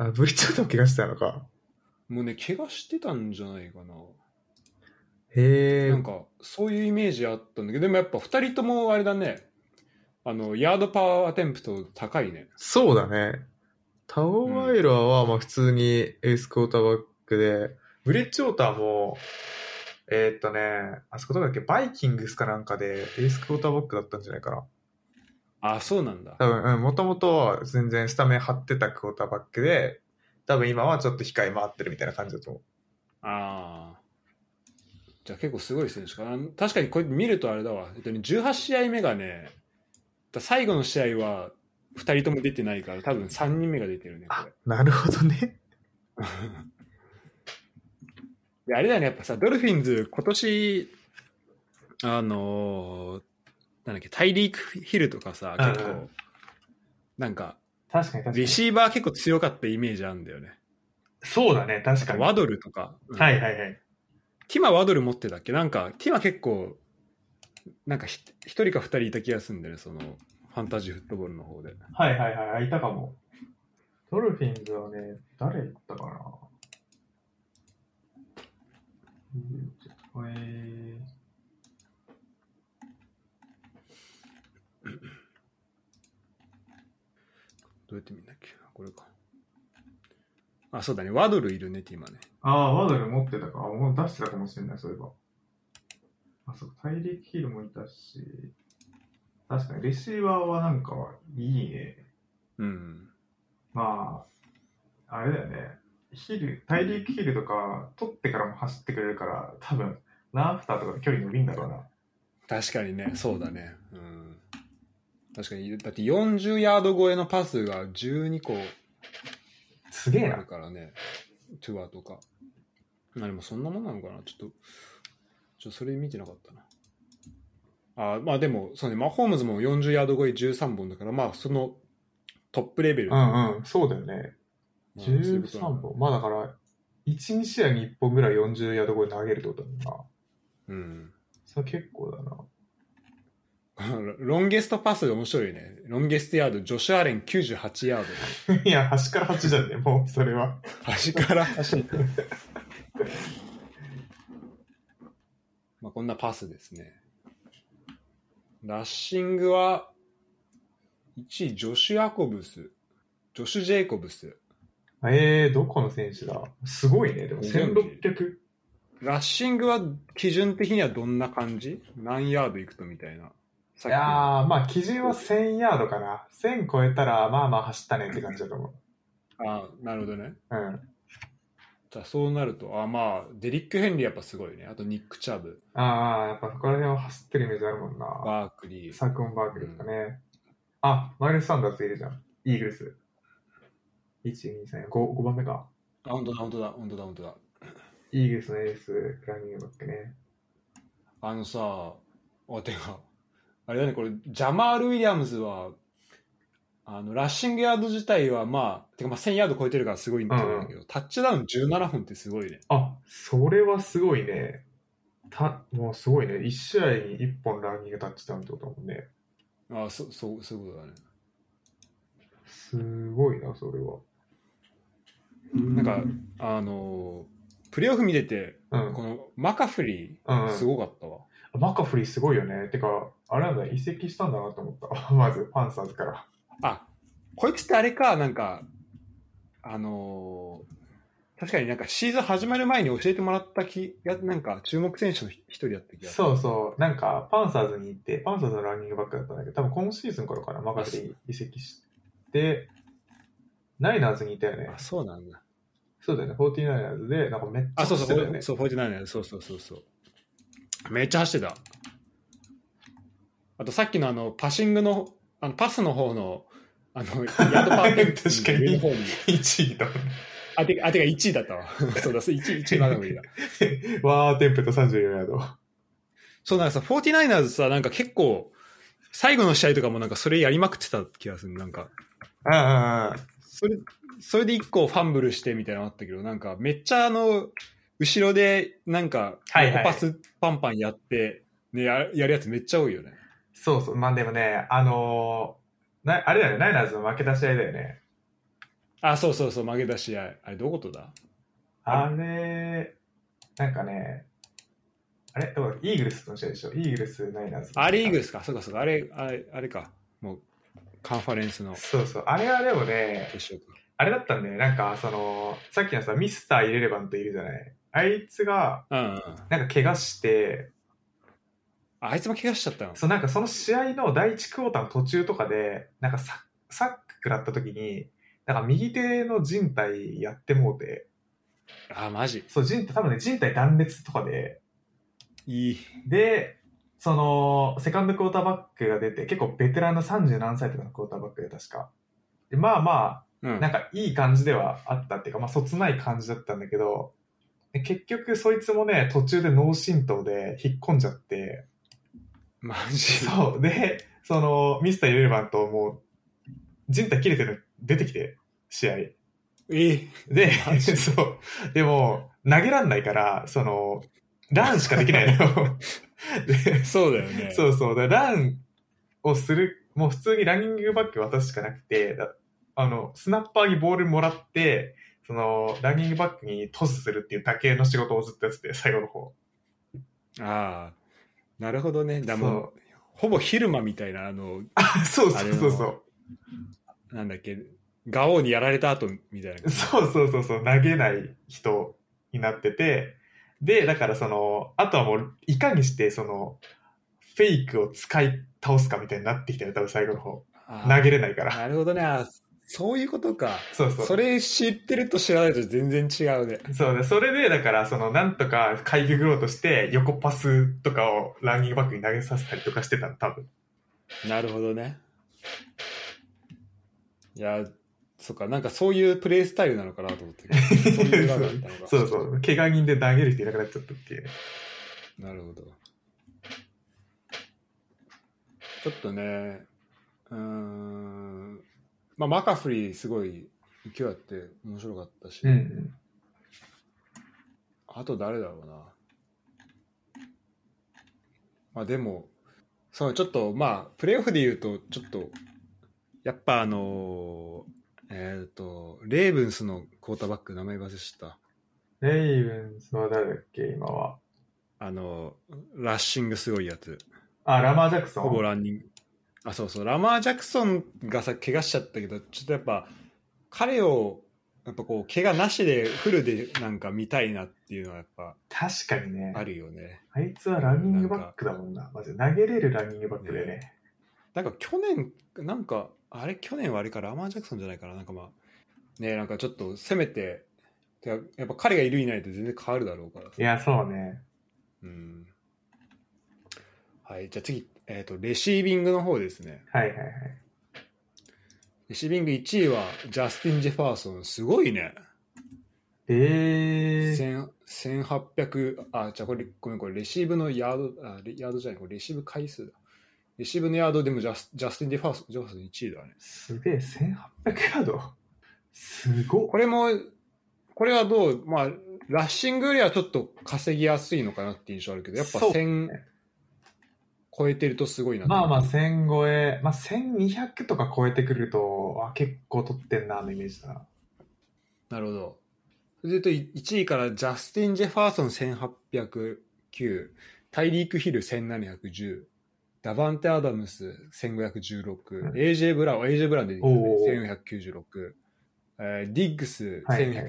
ブリッジウォーターも怪我してたのか。 もうね、怪我してたんじゃないかな。 なんか、そういうイメージあったんだけど、でもやっぱ2人ともあれだね、ヤードパワーアテンプト高いね。 そうだね。タゴバイロアはまあ普通にエースクォーターバックで、ブリッジウォーターも、あそこどこだっけ、バイキングスかなんかでエースクォーターバックだったんじゃないかな。 そうなんだ。 多分、もともとは全然スタメン張ってたクォーターバックで、多分今はちょっと控え回ってるみたいな感じだと思う。 じゃあ結構すごい選手かな。確かにこれ見るとあれだわ。18試合目がね、最後の試合は2人とも出てないから、多分3人目が出てるね、これ。 なるほどね。 であれだよね、やっぱさ、ドルフィンズ、今年、なんだっけ、タイリーク・ヒルとかさ、結構、なんか、 確かにレシーバー結構強かったイメージあるんだよね。 そうだね、確かに。 ワドルとか。 はいはいはい。 ティマワドル持ってたっけ？なんか、ティマ結構、なんか1人か2人いた気がするんだよね、その、ファンタジーフットボールの方で。 はいはいはい、いたかも。ドルフィンズはね、誰行ったかな。 どうやって見んだっけ？これか。そうだね。ワドルいるね、ティマね。 ワドル持ってたか。もう出してたかもしれない、そういえば。そう、大陸ヒルもいたし、確かにレシーバーはなんかいいね。まあ、あれだよね。大陸ヒルとか取ってからも走ってくれるから、多分、ランアフターとかで距離伸びんだろうな。 確かにね、そうだね。確かに、だって40ヤード超えのパスが12個すげえな。 あるからね、トゥアーとか。でもそんなもんなのかな、ちょっとそれ見てなかったな。まあでも、そうね、マホームズも40ヤード超え13本だから、まあそのトップレベル。 そうだよね。13本。まあだから、1、2試合に1本ぐらい40ヤード超え投げるってことだもんな。それ結構だな。 ロンゲストパスで面白いよね。ロンゲストヤード、ジョシュ・アレン98ヤード。いや、端から端じゃんね、もうそれは。 端から端。まあこんなパスですね。ラッシングは、1位、ジョシュ・アコブス。ジョシュ・ジェイコブス。 どこの選手だ？すごいね。でも1600。 ラッシングは基準的にはどんな感じ？何ヤードいくとみたいな。 いやー、まあ基準は1000ヤードかな。1000超えたら、まあまあ走ったねって感じだと思う。なるほどね。 じゃあそうなると、まあ、デリック・ヘンリーやっぱすごいね。あとニック・チャブ。 やっぱそこら辺は走ってるイメージあるもんな。 バークリー。 サークオン・バークリーとかね。マイルス・サンダースいるじゃん。イーグルス。1、2、3、5番目か。 本当だ。 イーグルスのエース、ランニングバックね。 てか、あれだね、これ、ジャマール・ウィリアムズは、ラッシングヤード自体はてか1000ヤード超えてるからすごいんだけど、タッチダウン17本ってすごいね。 それはすごいね。もうすごいね。1試合に1本ランニングタッチダウンってことだもんね。 そういうことだね。 すごいな、それは。 なんかプレーオフ見てて、 うん。 このマカフリうんうん。 ーすごかったわ。 マカフリーすごいよね。てか、あれなんだ、移籍したんだなと思った。まず、パンサーズから。 あ、こいつってあれか、なんかあの確かになんかシーズン始まる前に教えてもらったなんか注目選手の一人だった気がする。 そうそう。なんか、パンサーズに行って、パンサーズのランニングバックだったんだけど、多分今シーズン頃からマカフリー移籍して、ナイナーズにいたよね。 そうなんだ。 そうだよね、49ers で、なんかめっちゃそう走ってたよね。 そう、49そうそう。めっちゃ走ってた。あとさっきのパッシングの、パスの方の、ヤードパーテンプ確かにの方に。 1位だもん。 てか1位だったわ。そうだ、1位マガムリだ。 ワーテンプと34ヤード。 そう、なんかさ、49ers さ、なんか結構、最後の試合とかもなんかそれやりまくってた気がする。なんか。それで1個ファンブルしてみたいなのあったけど、なんかめっちゃ後ろでなんか、横パスパンパンやって、ね、やるやつめっちゃ多いよね。 そうそう。まあでもね、あれだよね、ナイナーズの負けた試合だよね。 そう、負けた試合。あれ、どことだあれ、なんかね、イーグルスの試合でしょ。イーグルス、ナイナーズ。 イーグルスか。そうか。あれか。もう、カンファレンスの。 そうそう。あれはでもね、あれだったんだよ。なんか、さっきのさ、ミスターイレレバントいるじゃない。あいつが、なんか怪我して、 あいつも怪我しちゃったの？ そう、なんかその試合の第1クォーターの途中とかで、なんかサック食らった時に、なんか右手の靭帯やってもうて。 マジ？ そう、多分ね、靭帯断裂とかで。で、セカンドクォーターバックが出て、結構ベテランの30何歳とかのクォーターバックで確か。でまあ、なんかいい感じではあったっていうか、まあ、そつない感じだったんだけど、結局そいつもね、途中で脳震盪で引っ込んじゃって、 マジ？ そう。で、ミスターイレレバントもう、人体切れてる出てきて、試合。で、そう。でも、投げらんないから、ランしかできないのよ。 そうだよね。 そう。ランをする、もう普通にランニングバック渡すしかなくて、スナッパーにボールもらって、ランニングバックにトスするっていうだけの仕事をずっとやってて、最後の方。 なるほどね。だもほぼ昼間みたいな、 そう。 なんだっけ、ガオーにやられた後みたいな。 そう、投げない人になってて、で、だからあとはもう、いかにして、フェイクを使い倒すかみたいになってきたよ、多分最後の方。投げれないから。 なるほどね。そういうことか。 そう。 それ知ってると知らないと全然違うね。 そうね。それで、だから、なんとか回避グローとして、横パスとかをランニングバックに投げさせたりとかしてたの、多分。 なるほどね。いや、そっか、なんかそういうプレイスタイルなのかなと思ってそう。怪我人で投げる人いなくなっちゃったっていう。 なるほど。ちょっとね、まあ、マカフリーすごい勢いあって面白かったし、あと誰だろうな。まあでも、ちょっとまあプレーオフで言うとちょっとやっぱレーブンスのクォーターバック名前忘れした。 レイブンスは誰だっけ今は。 ラッシングすごいやつ。 ラマー・ジャクソン。 ほぼランニング。そうラマー・ジャクソンがさ怪我しちゃったけど、ちょっとやっぱ彼をやっぱこう怪我なしでフルでなんか見たいなっていうのはやっぱ確かにねあるよね。 あいつはランニングバックだもんな。まず投げれるランニングバックだよね。 なんか去年なんか去年はあれかラマー・ジャクソンじゃないかな。なんかまあね、なんかちょっと攻めてやっぱ彼がいるいないと全然変わるだろうからさ。 いやそうね。 はい、じゃあ次、レシービングの方ですね。 はい。 レシービング1位はジャスティン・ジェファーソン。すごいね。1800、じゃあこれレシーブのヤード、ヤードじゃない、これレシーブ回数だ。レシーブのヤードでもジャスティン・ジェファーソン1位だね。 すげえ、1800ヤードすごっ。 これはどう、まあ、ラッシングよりはちょっと稼ぎやすいのかなって印象あるけど、やっぱ1000超えてるとすごいな。 まあ1000超え、1200とか超えてくると、結構取ってんなのイメージだな。 なるほど。それで言うと1位からジャスティン・ジェファーソン1809、タイリーク・ヒル1710、ダバンテ・アダムス1516、AJ ブラウン出てきたね、1496、ディッグス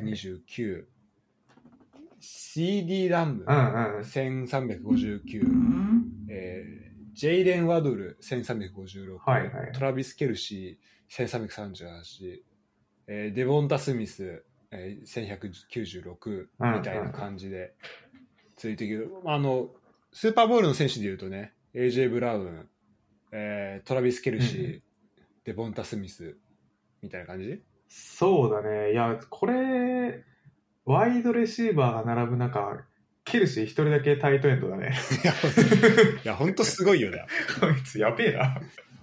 1429、CD ラム1359、ジェイレン・ワドル1356、トラビス・ケルシー1338、デボンタ・スミス、1196みたいな感じでついてるけど、スーパーボウルの選手でいうとね、AJ ブラウン、トラビス・ケルシー、デボンタ・スミスみたいな感じ。 そうだね。いや、これワイドレシーバーが並ぶ中、ケルシー一人だけタイトエンドだね。 いや、ほんとすごいよね。 こいつやべえな。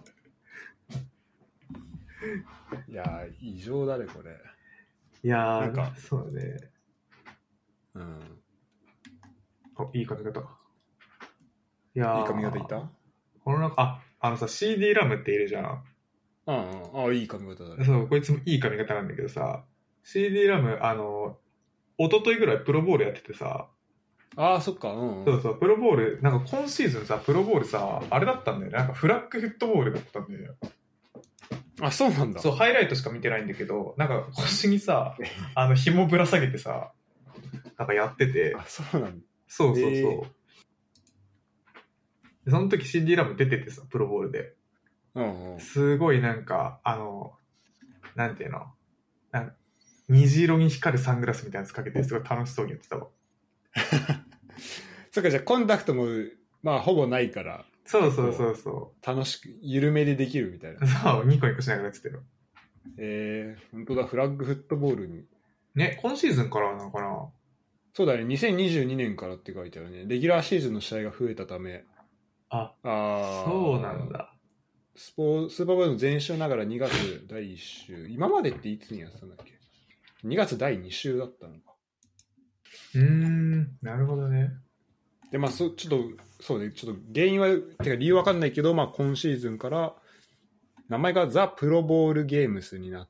いや、異常だね、これ。 いやなんかそうだね。 うん。 いい髪型。いやいい髪型いた？ この中、さ、CD ラムっているじゃん。 いい髪型だね。 そう、こいつもいい髪型なんだけどさ、CD ラム、一昨日ぐらいプロボールやっててさ、 そっか、 そうそう、プロボール、なんか今シーズンさ、プロボールさ、あれだったんだよね。なんかフラッグフットボールだったんだよ。 そうなんだ。 そう、ハイライトしか見てないんだけど、なんか腰にさ、紐ぶら下げてさ、なんかやってて。 そうなんだ。 そうそうそう。その時 CD ラム出ててさ、プロボールで。すごいなんか、なんていうの、なんか虹色に光るサングラスみたいなやつかけて、すごい楽しそうにやってたわ。 そっか、じゃあコンタクトも、ほぼないから。 そうそうそうそう。 楽しく、緩めでできるみたいな。 そう、ニコニコしながらやってたよ。 本当だ、フラッグフットボールに。 ね、今シーズンからなのかな？ そうだね、2022年からって書いてあるね。レギュラーシーズンの試合が増えたため。 そうなんだ。 スーパーボウルの前週ながら2月第1週。今までっていつにやってたんだっけ？ 2 月第2週だったのか。 なるほどね。 で、ちょっと、そうね、ちょっと原因は、てか理由わかんないけど、今シーズンから名前がザ・プロボールゲームスになって、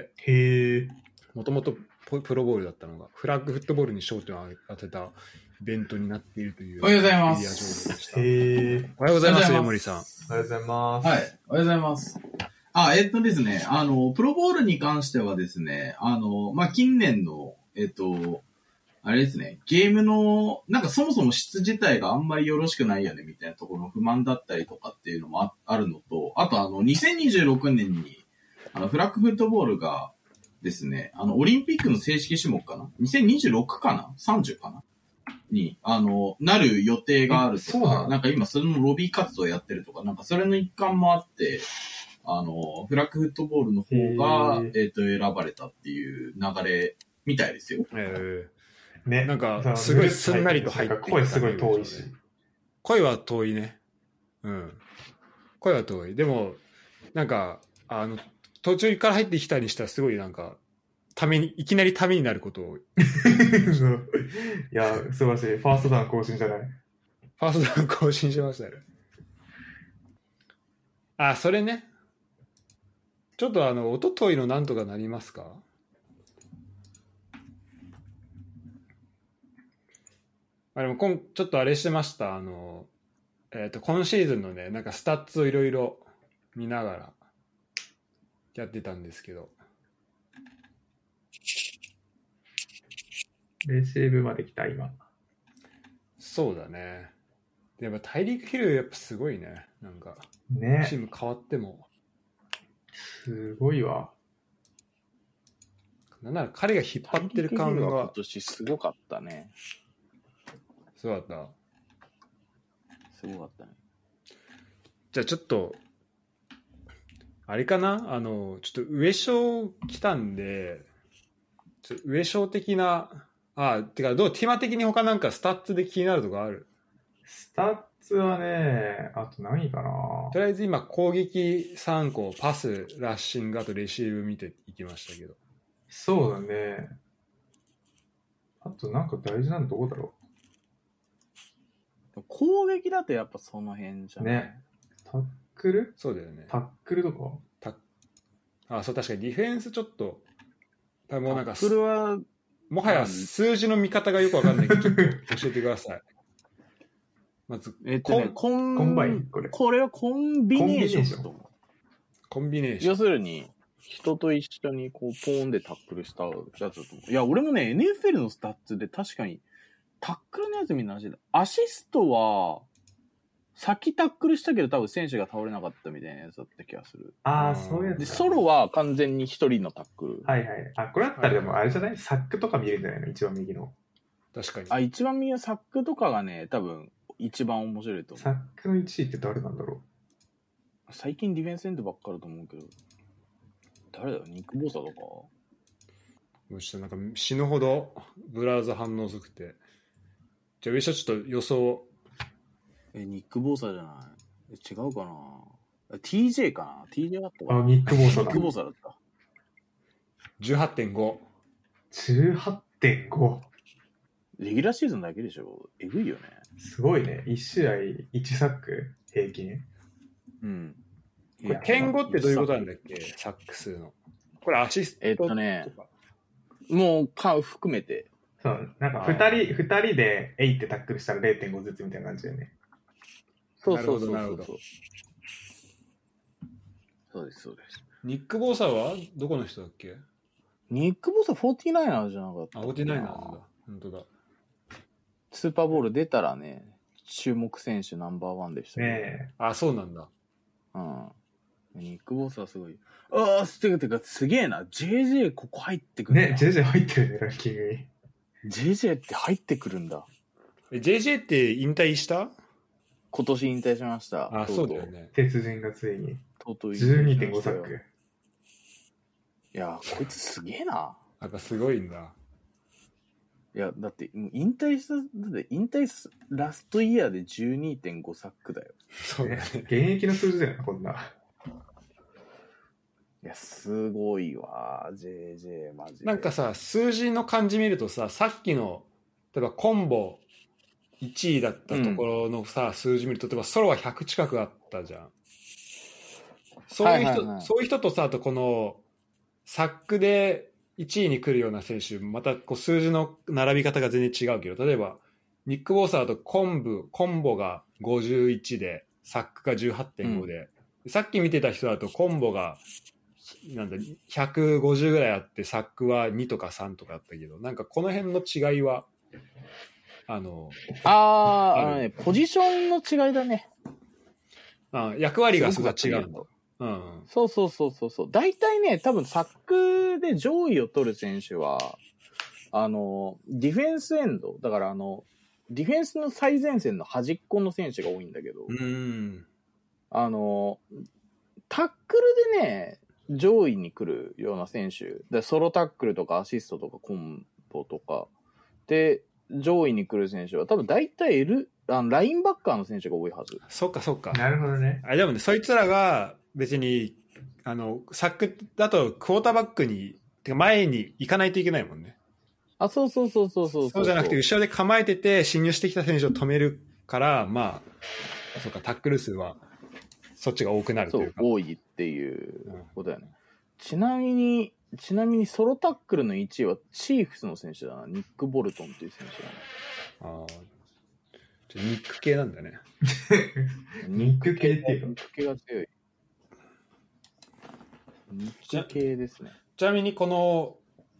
もともとプロボールだったのが、フラッグフットボールに焦点を当てたイベントになっているという。 おはようございます。おはようございます、江森さん。 おはようございます。 はい、おはようございます。ですね、プロボールに関してはですね、近年の、あれですね、ゲームの、なんかそもそも質自体があんまりよろしくないよねみたいなところの不満だったりとかっていうのもあるのと、あと2026年に、フラッグフットボールがですね、オリンピックの正式種目かな ?2026 かな ?30 かなに、なる予定があるとか、なんか今それのロビー活動やってるとか、なんかそれの一環もあって、フラッグフットボールの方が、選ばれたっていう流れみたいですよ。 ね、なんかすごいすんなりと入ってきた。 声すごい遠いし。 声は遠いね。うん。声は遠い。でも、なんか、途中から入ってきたにしたらすごいなんか、いきなりためになることを。 いや、素晴らしい。ファーストダウン更新じゃない。 ファーストダウン更新しましたね。それね。ちょっとおとといのなんとかなりますか？でもちょっとあれしてました。今シーズンのね、なんかスタッツをいろいろ見ながらやってたんですけど。 レシーブまで来た、今。 そうだね。でも大陸ヒルやっぱすごいね。なんか、 ね、 チーム変わっても。 すごいわ。 なんなら彼が引っ張ってる感が。 今年すごかったね。 そうだった。 すごかったね。 じゃあちょっと、あれかなちょっと上昇来たんで、ちょっと上昇的な、てかどう、ティマ的に他なんかスタッツで気になるとこある？ スタッツはね、あと何かな。 とりあえず今攻撃3個、パス、ラッシング、あとレシーブ見ていきましたけど。 そうだね。あとなんか大事なのどこだろう。攻撃だとやっぱその辺じゃない。 ね。タックル？ そうだよね。 タックルとか？ そう、確かにディフェンスちょっと多分もうなんかタックルは、 もはや数字の見方がよくわかんないけど、ちょっと教えてください。まず、 コンバインこれはコンビネーションだと思う。 コンビネーション。 要するに、人と一緒にこう、ポーンでタックルしたやつだと思う。いや、俺もね、NFL のスタッツで確かに、タックルのやつみんな同じだ。アシストは、先タックルしたけど多分選手が倒れなかったみたいなやつだった気がする。 ああ、そういうやつで、 か。 ソロは完全に一人のタックル。 はいはい。あ、これだったらでもあれじゃない、サックとか見えるんじゃないの一番右の。 確かに。 あ、一番右のサックとかがね、多分、一番面白いと思サッう。 クの1位って誰なんだろ最近ディフェンスエンドばっかだと思うけど。誰だよ、ニック・ボーサーとかもうちょっとなんか死ぬほどブラウザ反応遅くて。じゃあ上下ちょっと予想。 ニック・ボーサーじゃない違うかな ?TJ かな ?TJ だったかう。あ、 なニック・ボーサーだニック・。ボーサーだった。 18.5。 18.5。 レギュラーシーズンだけでしょえぐいよね。 すごいね。1試合1サック平均。 うん。 これ点5ってどういうことなんだっけ、サック数の。これアシストとか。 もう、含めて。 そう、なんか2人で8ってタックルしたら 0.5 ずつみたいな感じだよね。 そうそうそうなるほど。 そうです、そうです。 ニック・ボーサーはどこの人だっけ？ ニック・ボーサー 49ers じゃなかったあ、49なんだ。本当だ。 スーパーボール出たらね、注目選手ナンバーワンでしたねえ。 あ、そうなんだ。 うん。ニック・ボーサーすごい。ああ、てかすげえな。JJ ここ入ってくるんだ。 ね、JJ 入ってるね、ランキングに。 JJ って入ってくるんだ。 JJ って引退した？ 今年引退しました。 あ、そうだよね。 鉄人がついに。 とうとう引退しま 12.5 したよ。 サック。 いや、こいつすげえな。 やっぱすごいんだ。 いや、だって、もう引退ラストイヤーで 12.5 サックだよ。 そうだね。 現役の数字だよな、こんな。 いや、すごいわ、JJ、マジで。 なんかさ、数字の感じ見るとさ、さっきの、例えばコンボ1位だったところのさ、数字見ると、例えばソロは100近くあったじゃん。そういう人、 はいはいはいそういう人とさ、あとこの、サックで1位に来るような選手、またこう数字の並び方が全然違うけど、例えば、ニック・ボーサーとコンボが51で、サックが 18.5 で、さっき見てた人だとコンボが、なんだ、150ぐらいあって、サックは2とか3とかあったけど、なんかこの辺の違いは、 ポジションの違いだね。 役割がすごい違うんだ。うん。 そう。大体ね、多分サックで上位を取る選手は、ディフェンスエンド、だからディフェンスの最前線の端っこの選手が多いんだけど、タックルでね、上位に来るような選手、でソロタックルとかアシストとかコンボとかで上位に来る選手は多分大体ラインバッカーの選手が多いはず。 そっか。 なるほどね。 でもね、そいつらが別に、サックだとクォーターバックに、てか前に行かないといけないもんね。 あ、そう。そうじゃなくて、後ろで構えてて、侵入してきた選手を止めるから、まあ、そうか、タックル数は、そっちが多くなるというか。 多いっていうことだよね。ちなみにソロタックルの1位はチーフスの選手だな。ニック・ボルトンっていう選手だな。 ニック系なんだね。 ニック系っていうか。 ニック系が強い。ニック系ですね。 ちなみにこの、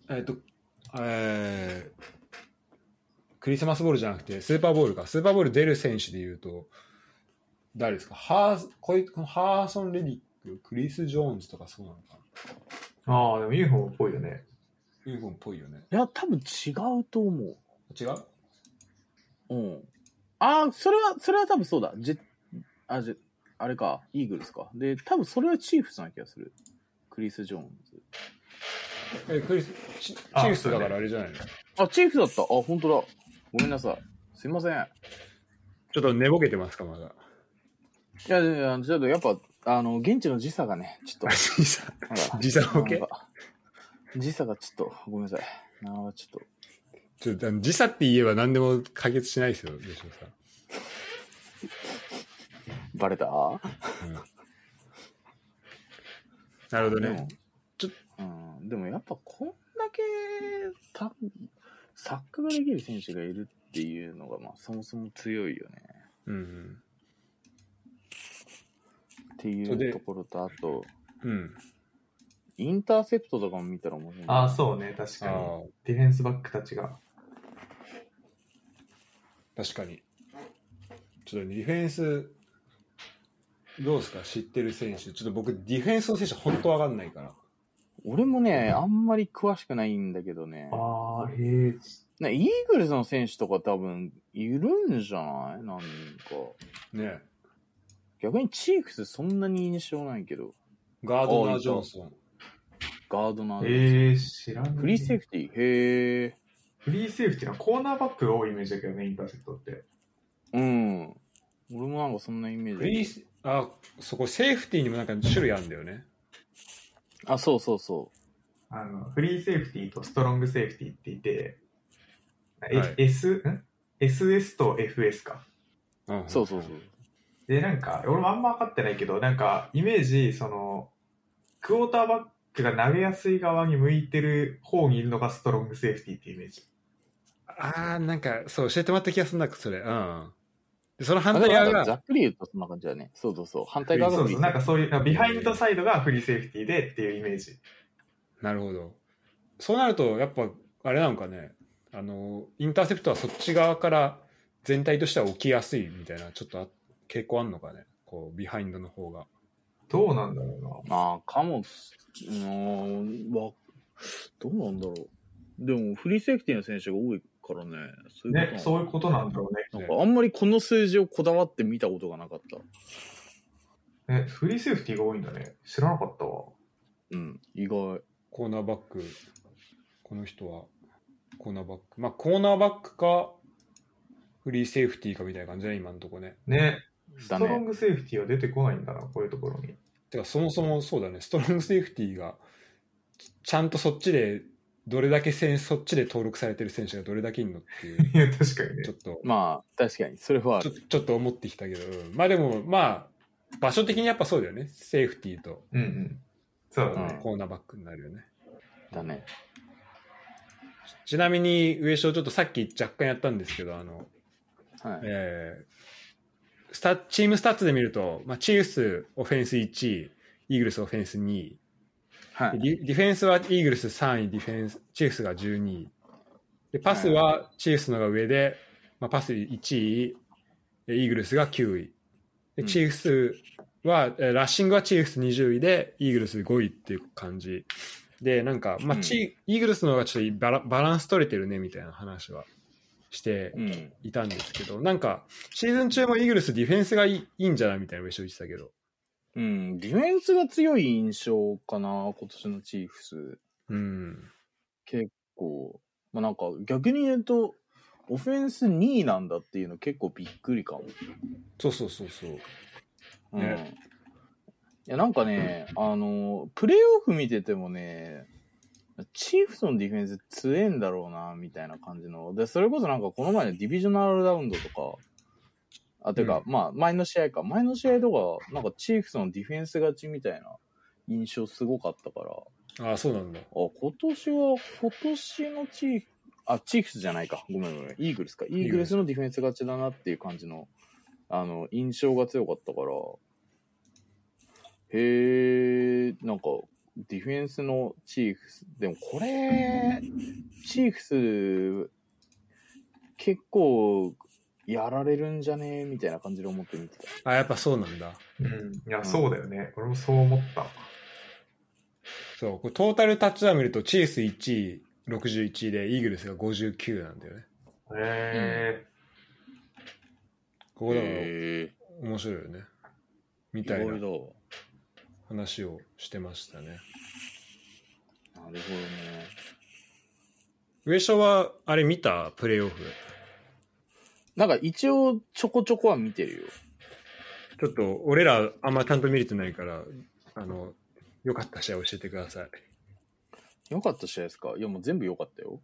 クリスマスボールじゃなくてスーパーボールか。スーパーボール出る選手でいうと誰ですか？このハーソン・レディック、クリス・ジョーンズとかそうなのかな。 ああ、でもユニフォームっぽいよね。 ユニフォームっぽいよね。 いや、多分違うと思う。 違う？ うん。それは多分そうだ。あれか、イーグルスか。で、多分それはチーフスな気がする。クリス・ジョーンズ。 チーフスだからあれじゃないの？ チーフスだった。本当だ。ごめんなさい。すいません。 ちょっと寝ぼけてますか、まだ。 いや、ちょっとやっぱ、現地の時差がね、ちょっと。 時差ボケ？ 時差がちょっと、ごめんなさい。 ちょっと時差って言えば何でも解決しないですよ、吉野さん。 バレた？ なるほどね。 でもやっぱこんだけサックができる選手がいるっていうのが、まあ、そもそも強いよね。 うん。 っていうところと、あと、 うん。 インターセプトとかも見たら面白い。 ああ、そうね、確かに。ディフェンスバックたちが。 確かに。ちょっとディフェンス、どうですか、知ってる選手。ちょっと僕、ディフェンスの選手、本当わかんないから。 俺もね、あんまり詳しくないんだけどね。 ああ、へえ。 イーグルスの選手とか多分いるんじゃない何人か。 ね。 逆にチーフスそんなに印象ないけど。 ガードナー・ジョンソン。 ガードナー・ジョンソン。 知らない。 フリーセーフティー。へえ。 フリーセーフティーはコーナーバックが多いイメージだけどね、インターセプトって。 うん。俺もなんかそんなイメージ。 そこセーフティーにもなんか種類あるんだよね。 あ、そうそうそう。 フリーセーフティーとストロングセーフティーっていて、 はい、 SS と FS か。 そうそうそう。 で、なんか、俺もあんま分かってないけど、なんか、イメージ、クォーターバックが投げやすい側に向いてる方にいるのがストロングセーフティーっていうイメージ。 なんか、そう、教えてもらった気がするんだけど、それ。うん。で、その反対側が。 ざっくり言うとそんな感じだね。そうそうそう。反対側がそうそう。なんかそういう、ビハインドサイドがフリーセーフティーでっていうイメージ。 なるほど。そうなると、やっぱ、あれなのかね。インターセプトはそっち側から全体としては起きやすいみたいな、ちょっと傾向あんのかね。こう、ビハインドの方が。 どうなんだろうな。 かも、どうなんだろう。でも、フリーセーフティーの選手が多いからね。 そういうことなんだろうね。 なんかあんまりこの数字をこだわって見たことがなかった。 フリーセーフティーが多いんだね。知らなかったわ。 うん、意外。 コーナーバック、この人は、コーナーバック。まあ、コーナーバックか、フリーセーフティーかみたいな感じだね、今のとこね。 ね。ストロングセーフティーは出てこないんだな、こういうところに。 てか、そもそもそうだね、ストロングセーフティーが、ちゃんとそっちで、どれだけそっちで登録されてる選手がどれだけいるのっていう。 いや、確かにね。 ちょっと。 まあ、確かに、それはちょっと思ってきたけど、まあでも、まあ、場所的にやっぱそうだよね。セーフティーと。 うんうん。そうだね。 コーナーバックになるよね。 だね。 ちなみに、上昇ちょっとさっき若干やったんですけど、 はいチームスタッツで見ると、まあ、チーフスオフェンス1位、イーグルスオフェンス2位。 はい、 ディフェンスはイーグルス3位、チーフスが12位。でパスはチーフスのが上で、まあ、パス1位、イーグルスが9位。でチーフスは、ラッシングはチーフス20位で、イーグルス5位っていう感じ。で、なんか、まあイーグルスの方がちょっとバランス取れてるねみたいな話はしていたんですけど、なんか、シーズン中もイーグルスディフェンスがいいんじゃないみたいな話を言ってたけど。 ディフェンスが強い印象かな、今年のチーフス。結構、まあなんか逆に言うと、オフェンス2位なんだっていうの結構びっくりかも。 そう。 ね。いやなんかね、プレーオフ見ててもね、チーフスのディフェンス強えんだろうな、みたいな感じの。で、それこそなんかこの前のディビジョナルラウンドとか、ていうか、まあ前の試合とか、なんかチーフスのディフェンス勝ちみたいな印象すごかったから。 あ、そうなんだ。 今年のチーフスじゃないか。ごめん。イーグルスか。イーグルスのディフェンス勝ちだなっていう感じの、印象が強かったから、なんか、ディフェンスのチーフス、でもこれ、チーフス、結構、やられるんじゃねみたいな感じで思って見てた。 やっぱそうなんだ。 いや、そうだよね。俺もそう思った。 そう、これトータルタッチダウン見ると、チーフス1位、61位で、イーグルスが59なんだよね。ここだから、面白いよね。みたいな話をしてましたね。 なるほどね。 上昇は、あれ見た？プレイオフ。 なんか一応ちょこちょこは見てるよ。 ちょっと俺らあんまちゃんと見れてないから良かった試合教えてください。 良かった試合ですか？いやもう全部良かったよ。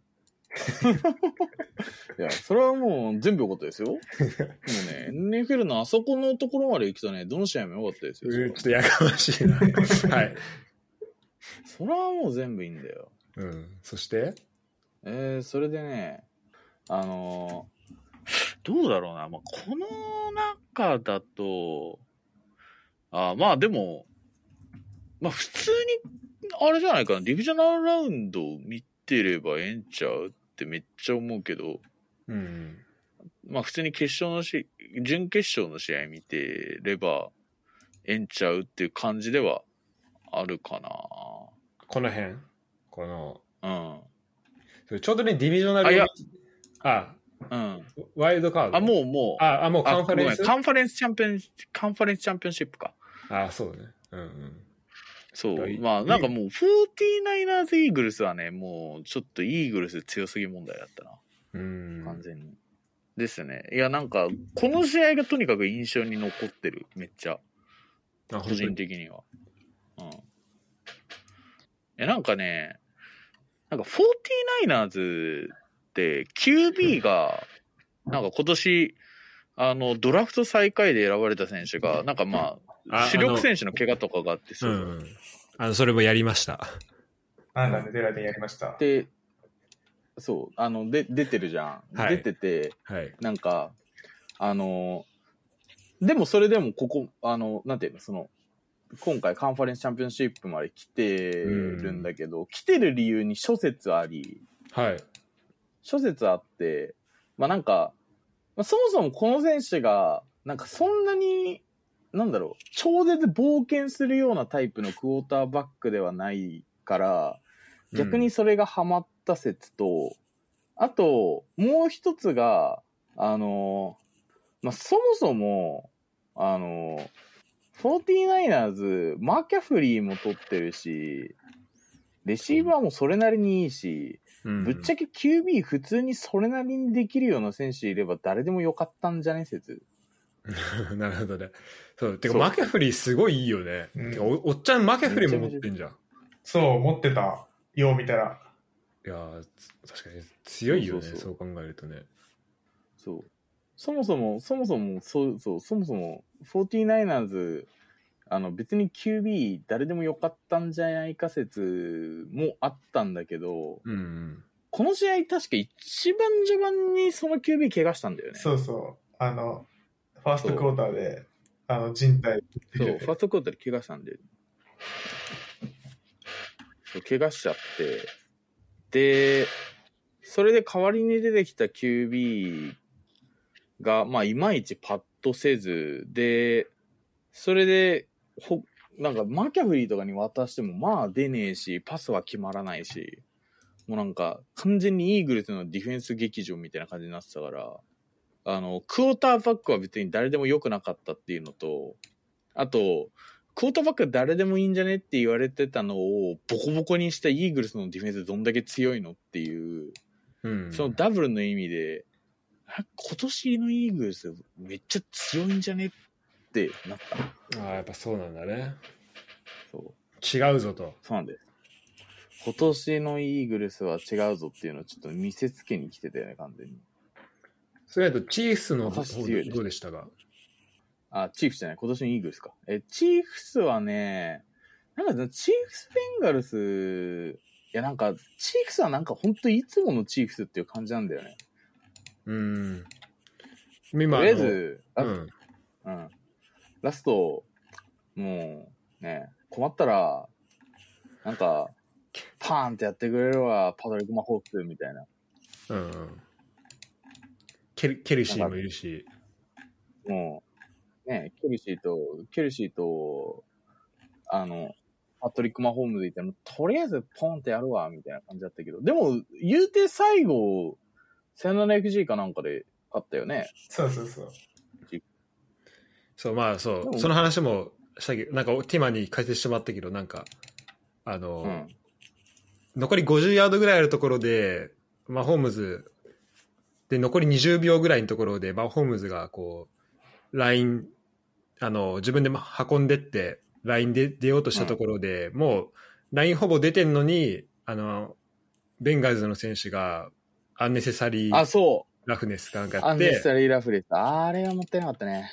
いやそれはもう全部良かったですよ。もうね NFL のあそこのところまで行くとねどの試合も良かったですよ。 ちょっとやかましいな。はい。 それはもう全部いいんだよ。 うん。そしてそれでね、どうだろうな。まあ、この中だと、まあでも、まあ普通に、あれじゃないかな。ディビジョナルラウンド見てればええんちゃうってめっちゃ思うけど、 うん。 まあ普通に準決勝の試合見てればええんちゃうっていう感じではあるかな。 この辺この、 うん。 それちょうどね、ディビジョナルうん。 ワイルドカード。 もう。 もうカンファレンスカンファレンスチャンピオンシップか。 そうだね。うんうん。 そう。まあ、なんかもう、49ers イーグルスはね、もう、ちょっとイーグルス強すぎ問題だったな。完全に。ですね。いや、なんか、この試合がとにかく印象に残ってる。めっちゃ。個人的には。うん。いや、なんかね、なんか 49ers って QB が、なんか今年、ドラフト最下位で選ばれた選手が、なんかまあ、主力選手の怪我とかがあって、 それもやりました。 デラでやりました。 で、そう、出てるじゃん。出てて、なんか、でもそれでもここ、なんていうの、今回カンファレンスチャンピオンシップまで来てるんだけど、来てる理由に諸説あり、諸説あって、まあなんか、そもそもこの選手が、なんかそんなに、なんだろう、超絶冒険するようなタイプのクォーターバックではないから、逆にそれがハマった説と、あと、もう一つが、まあ、そもそも、49ers、マーキャフリーも取ってるし、レシーバーもそれなりにいいし、ぶっちゃけ QB 普通にそれなりにできるような選手いれば誰でもよかったんじゃね説。 なるほどね。そう。てか、マキャフリーすごいいいよね。おっちゃんマキャフリーも持ってんじゃん。 そう、持ってたよう見たら。 いや確かに強いよね。そう考えるとね。 そう。そもそも 49ers、別に QB 誰でもよかったんじゃないか説もあったんだけど、この試合確か一番序盤にその QB 怪我したんだよね。 そう。ファーストクォーターで、人体。 そう、ファーストクォーターで怪我したんで。そう、怪我しちゃって。で、それで代わりに出てきた QB が、まあ、いまいちパッとせず、で、それで、なんか、マキャフリーとかに渡しても、まあ出ねえし、パスは決まらないし、もうなんか、完全にイーグルスのディフェンス劇場みたいな感じになってたから、クォーターバックは別に誰でも良くなかったっていうのと、あと、クォーターバック誰でもいいんじゃねって言われてたのをボコボコにしたイーグルスのディフェンスどんだけ強いのっていう、そのダブルの意味で、今年のイーグルスめっちゃ強いんじゃねってなった。 やっぱそうなんだね。 そう違うぞと。 そうなんです。今年のイーグルスは違うぞっていうのをちょっと見せつけに来てたよね、完全に。 それだとチーフスの方どうでしたか？ チーフスじゃない、今年のイーグルスか。チーフスはね、なんかチーフス・ベンガルス、いやなんか、チーフスはなんか本当いつものチーフスっていう感じなんだよね。 今とりあえず、ラスト、もうね、困ったら、なんか、パーンってやってくれるわ、パドリック・マホークみたいな。 ケルシーもいるし。 もう、ね、ケルシーと、パトリック・マホームズいても、とりあえずポンってやるわ、みたいな感じだったけど、でも、言うて最後、1700G かなんかで勝ったよね。 そう。 そう、まあそう、その話もしたけど、なんかティマに解説してもらったけど、なんか、残り50ヤードぐらいあるところで、マホームズ、で、残り20秒ぐらいのところで、マホームズがこう、ライン、自分で運んでって、ラインで出ようとしたところで、もう、ラインほぼ出てんのに、ベンガーズの選手が、アンネセサリーラフネスかなんかやって。 アンネセサリーラフネス。あれはもったいなかったね。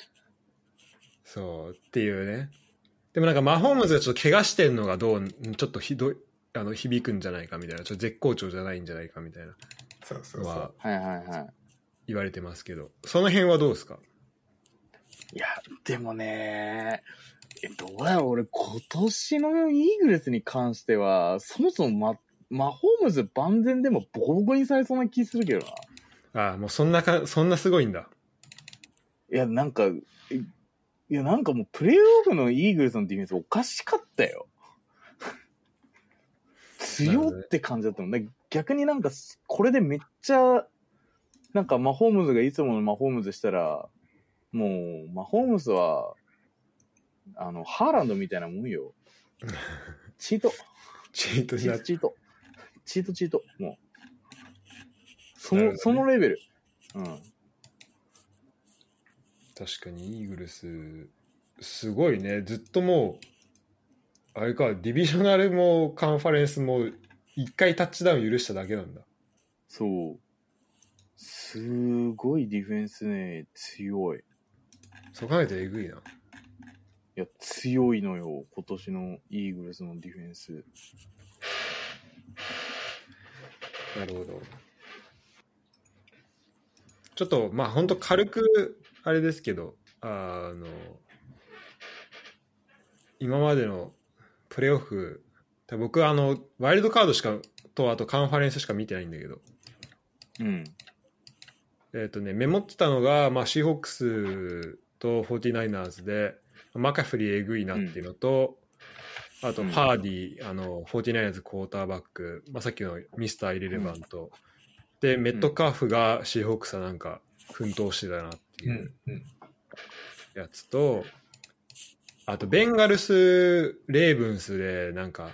そう、っていうね。でもなんかマホームズがちょっと怪我してんのがちょっとひどい、 響くんじゃないかみたいな、ちょっと絶好調じゃないんじゃないかみたいなそうそうそう。 のははいはいはい。 言われてますけど、その辺はどうですか？ いや、でもね、どうやろう、俺今年のイーグルスに関しては、そもそもマホームズ万全でもボコボコにされそうな気するけどな。 ああ、もうそんなすごいんだ。 いや、なんかもうプレーオフのイーグルスのディフェンスおかしかったよ。強って感じだったもんね。逆になんか、これでめっちゃ、なんかマホームズがいつものマホームズしたら、もう、マホームズは、ハーランドみたいなもんよ。チート。 チートになっチート。チート。もう。 なるほどねそのレベル。うん。 確かにイーグルスすごいね。ずっともうあれか、ディビジョナルもカンファレンスも一回タッチダウン許しただけなんだ。 そう。すごいディフェンスね、強い。 そう考えるとえぐいな。 いや、強いのよ、今年のイーグルスのディフェンス。 なるほど。ちょっとまあ本当軽くあれですけど、今までのプレーオフ、僕はワイルドカードしかとあとカンファレンスしか見てないんだけど、 うん。 メモってたのが、まあ、シーホークスと 49ers でマカフリーえぐいなっていうのと、あとパーディー、49ers クォーターバック、まあ、さっきのミスター・イレレバント、でメットカーフがシーホークスはなんか奮闘してたなっていうやつと、あとベンガルスレーブンスでなんか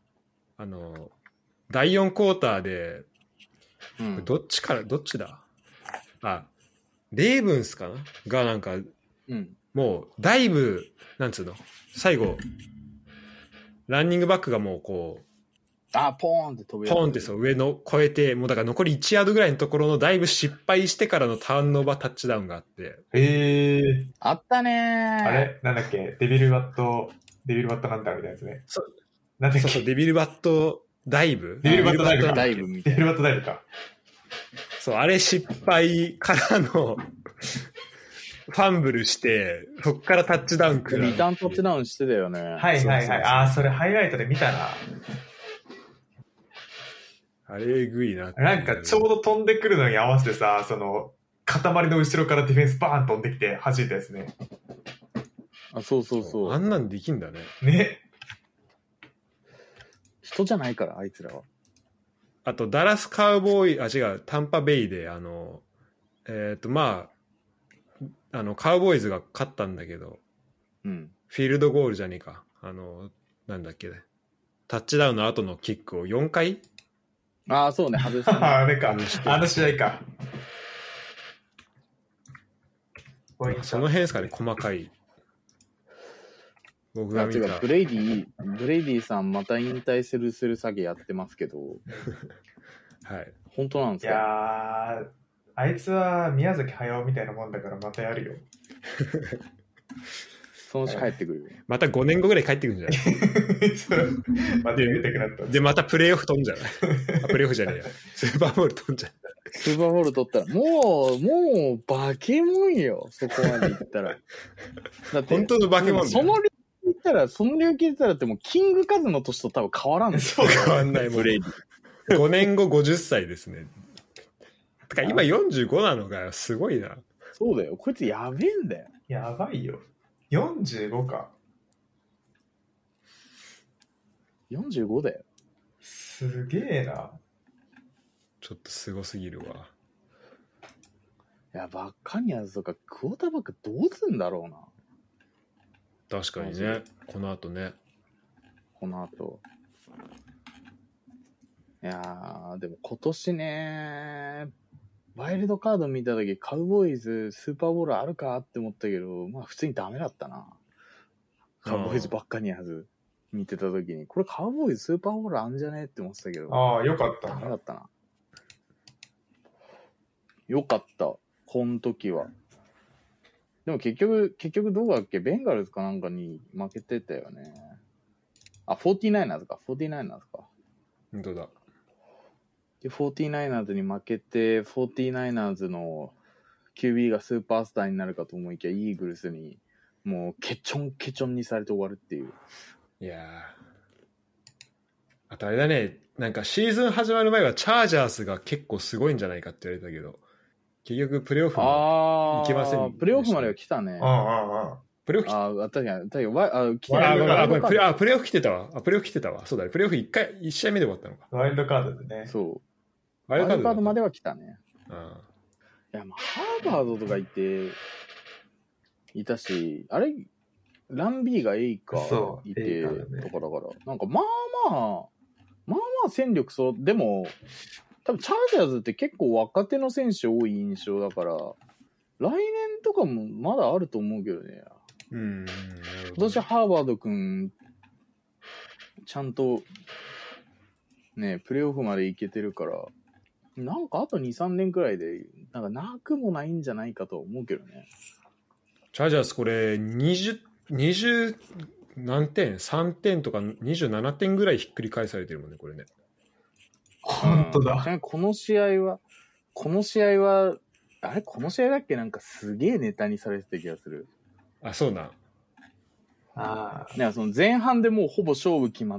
第4クォーターで、どっちだ、レーブンスかながなんか、もうだいぶなんつうの、最後ランニングバックがもうこうポーンって飛びポーンってそう上の越えて、もうだから残り1ヤードぐらいのところのだいぶ失敗してからのターンオーバータッチダウンがあって、 あったねー。 あれなんだっけ、デビルバットハンターみたいなやつね。 なんだっけ、そうデビルバットダイブデビルバットダイブか。 ダイブみたいな。 デビルバットダイブか。 そう、あれ失敗からのファンブルして、そっからタッチダウンくらい。 リターンタッチダウンしてたよね。 はいはいはい。ああ、それハイライトで見たな。 あれえぐいなって。 なんかちょうど飛んでくるのに合わせてさ、その、塊の後ろからディフェンスバーン飛んできて弾いたやつね。 あ、そう。 あんなんできんだね。 ね。 人じゃないから、あいつらは。 あと、ダラスカウボーイ、違う、タンパベイで、まあ、カウボーイズが勝ったんだけど、 うん。 フィールドゴールじゃねえか。なんだっけ、タッチダウンの後のキックを4回ああ、そうね、外したね。 あれか。あの試合か。 その辺ですかね、細かい。僕が見た。 ブレイディさんまた引退する詐欺やってますけど、 はい。 本当なんですか？ いやー、あいつは宮崎駿みたいなもんだからまたやるよ。 そのうち帰ってくるよ。 また5年後ぐらい帰ってくるんじゃないまた出てくなった。 で、またプレーオフ飛んじゃないプレーオフじゃねえや。スーパーボール飛んじゃう。 スーパーボール取ったら、もう、化け物よ、そこまで行ったら。だって本当の化け物だよ。 その領域行ったらってもう、キングカズの年と多分変わらんのよ。 そう変わんないもん。5年後50歳ですね。てか今45なのがすごいな。 そうだよ。こいつやべえんだよ。 やばいよ。45か。 45だよ。 すげえな。 ちょっとすごすぎるわ。 いや、バッカニアーズとかクォーターバックどうすんだろうな。 確かにね。この後ね。 この後。いやー、でも今年ね、ワイルドカード見たとき、カウボーイズスーパーボールあるかって思ったけど、まあ普通にダメだったな。カウボーイズばっかにやず見てたときに、これカウボーイズスーパーボールあんじゃねって思ってたけど、 ああ、よかったダメだな。 ったな。よかった、この時は。でも結局どうだっけ、ベンガルズかなんかに負けてたよね。あ、49ers か。 本当だ。 で、49ers に負けて、49ers の QB がスーパースターになるかと思いきや、イーグルスにもうケチョンケチョンにされて終わるっていう。 いやー。あとあれだね、なんかシーズン始まる前はチャージャースが結構すごいんじゃないかって言われたけど、結局プレーオフも行けませんでした。 プレーオフまでは来たね。 プレーオフ確かに、来てない。プレーオフ来てたわ。プレーオフ来てたわ。そうだね。プレーオフ1試合目で終わったのか。 ワイルドカードでね。 そう。 ワイルドカードまでは来たね。 うん。 いや、まあ、ハーバードとかいたし、あれ、ランビーがエイカいて、だから、なんかまあ戦力でも、多分チャージャーズって結構若手の選手多い印象だから、来年とかもまだあると思うけどね。今年ハーバード君、ちゃんと、ね、プレーオフまで行けてるから、なんかあと2、3年くらいで、なんかなくもないんじゃないかと思うけどね。 チャージャースこれ20何点 ?3 点とか27点ぐらいひっくり返されてるもんね、これね。 本当だ。 この試合は、この試合だっけなんかすげえネタにされてた気がする。 あ、そうな。 なんかその前半でもうほぼ勝負決まって、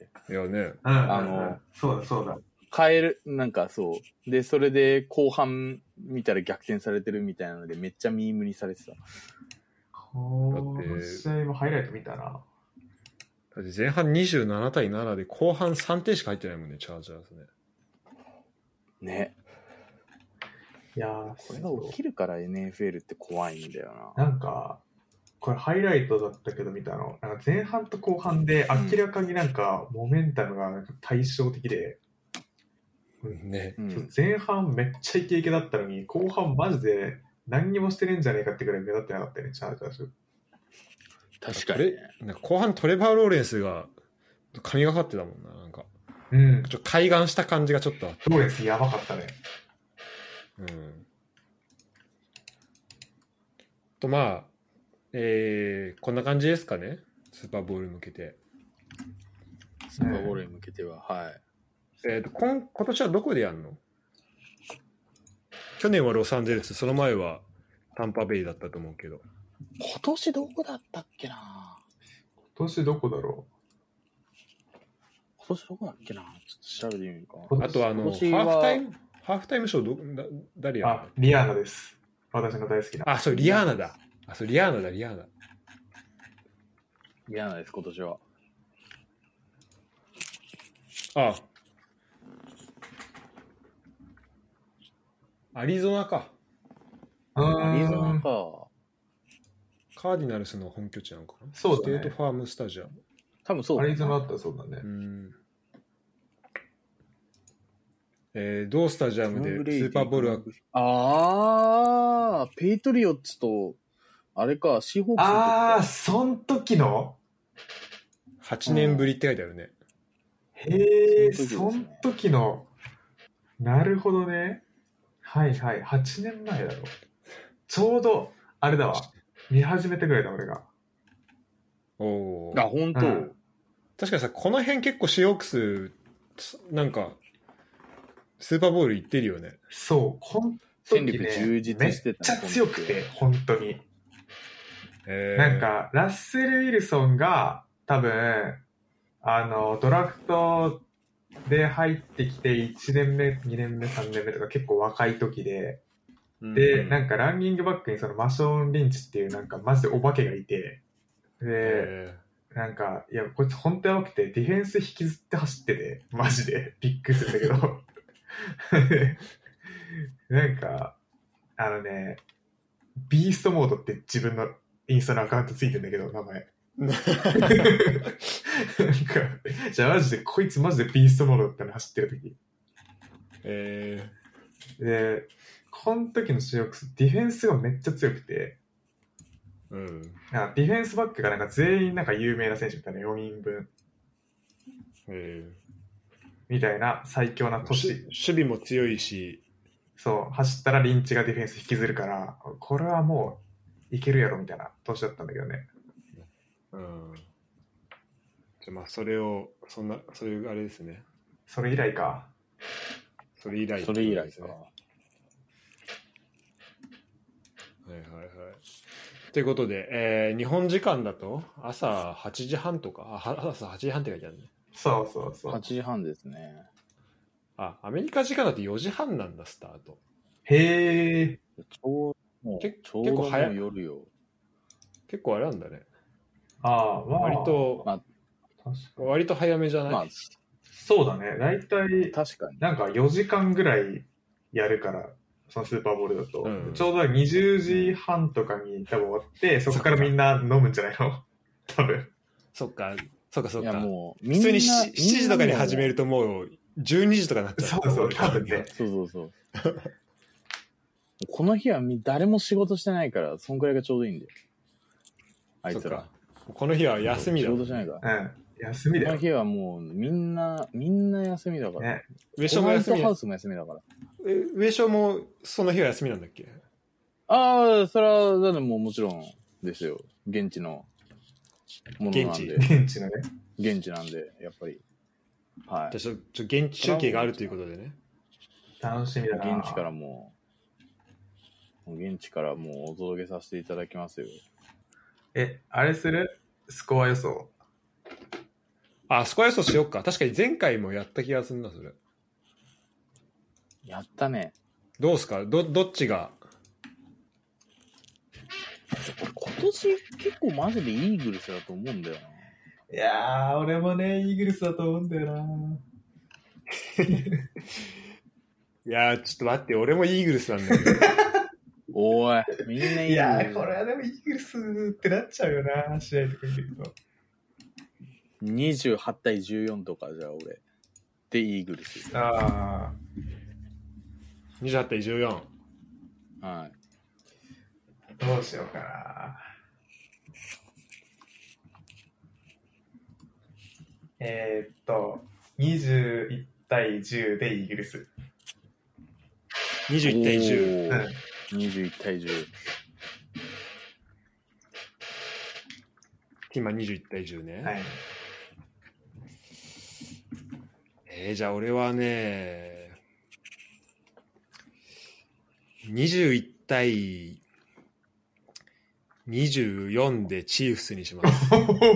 いやね。 そうだ。 なんかそう。で、それで後半見たら逆転されてるみたいなのでめっちゃミームにされてた。 この試合もハイライト見たな。 だって前半27対7で後半3点しか入ってないもんね、チャージャーズね。 ね。 いやこれが起きるから NFL って怖いんだよな。 なんか、これハイライトだったけど見たの。なんか前半と後半で明らかになんかモメンタムがなんか対照的で、 ね、 前半めっちゃイケイケだったのに、後半マジで何にもしてねえんじゃねえかってくらい目立ってなかったよね、チャージャーズ。 確かに、ね。 なんか後半トレバー・ローレンスが神がかってたもんな、なんか。 うん。 ちょっと開眼した感じがちょっとあって。 ローレンスやばかったね。 うん。とまあ、こんな感じですかね、スーパーボウルに向けて。 スーパーボウルに向けては、はい。 今年はどこでやるの？去年はロサンゼルス、その前はタンパベイだったと思うけど。 今年どこだったっけな？ 今年どこだろう？今年どこだっけな？ちょっと調べてみるか。 あとハーフタイムショー誰やるの？ リアーナです。私の大好きな。 あ、そう、リアーナだ。リアーナだ。 リアーナです、今年は。 アリゾナか。 アリゾナか。 カーディナルスの本拠地なのかな。 そうだね。 ステートファームスタジアム。 多分そうだね。 アリゾナあったらそうだね。 同スタジアムでスーパーボールはペイトリオッツとあれかシーホークスそん時の 8年ぶりって書いてあるね。 へえ、そん時のなるほどね。はいはい、8年前だろ。ちょうどあれだわ、見始めてくれた俺が。 おあ、本当、 確かにさ、この辺結構シーホークスなんかスーパーボウル行ってるよね。 そう、本当に、ね、充実してた、めっちゃ強くて、本当に。なんか、ラッセル・ウィルソンが多分、ドラフトで入ってきて1年目、2年目、3年目とか結構若い時で、で、なんかランニングバックにそのマショーン・リンチっていうなんかマジでお化けがいて、で、なんか、いや、こいつ本当やばくて、ディフェンス引きずって走ってて、マジでびっくりするんだけど。なんか、ビーストモードって自分のインスタのアカウントついてるんだけど、名前。なんか、じゃあマジで、こいつマジでビーストモードだったの、走ってる時。で、この時のシーホークス、ディフェンスがめっちゃ強くて、なんかディフェンスバックがなんか全員なんか有名な選手みたいな4人分。みたいな最強な年。 守備も強いし、 そう、走ったらリンチがディフェンス引きずるから、これはもういけるやろみたいな年だったんだけどね。 じゃあまあそれを、そういうあれですね。 それ以来か。 それ以来、 それ以来か。 はいはいはい。ということで、日本時間だと朝8時半とか、朝8時半って書いてあるね。 そうそうそう。 8時半ですね。 アメリカ時間だと4時半なんだ、スタート。 へえ。 ちょうど結ちょうどもう構早い夜よ。 結構あれなんだね。 ああ、まあ、 割と、 まあ確かに。 割と早めじゃない、 まあ、 そうだね。だいたい、 確かに。 なんか4時間ぐらいやるから、そのスーパーボールだと。 うんちょうど20時半とかに多分終わって、そこからみんな飲むんじゃないの多分。 そっか、そっかそっいやか。 もう、 普通に7時とかに始める。 るともう12時とかになっちゃう。 そうそう、多分ね。 そうそうそう。この日は誰も仕事してないから、そんくらいがちょうどいいんだよ。あいつらそっか。この日は休みだ仕もんね。 事しないから。 うん。休みだよ。 この日はもう、みんな休みだから。 ね。 上昇もホワイ休みトハウスも休みだから。 上昇もその日は休みなんだっけ？ ああ、それは、だってもうもちろんですよ。現地のものなんで。 現地のね。 現地なんで、やっぱり。はい。 じゃあ現地中継があるということでね。 楽しみだな。 現地からもうお届けさせていただきますよ。 あれする？スコア予想。 あ、スコア予想しよっか。確かに前回もやった気がするな、それ。 やったね。 どうすか？どっちが？ 今年結構マジでイーグルスだと思うんだよな。 いやー、俺もね、イーグルスだと思うんだよな。 いやー、ちょっと待って、俺もイーグルスなんだけど。 おい、みんないイいやー、 ーグルス。 これはでもイーグルスってなっちゃうよな、試合とか見ると。 28対14とかじゃあ俺。で、イーグルス。 あ 28対14。 はい。 ー、どうしようかな。21対10でイーグルス。 21対10。 おー21対10。 今21対10ね。 はい。 じゃあ俺はね、21対24でチーフスにします。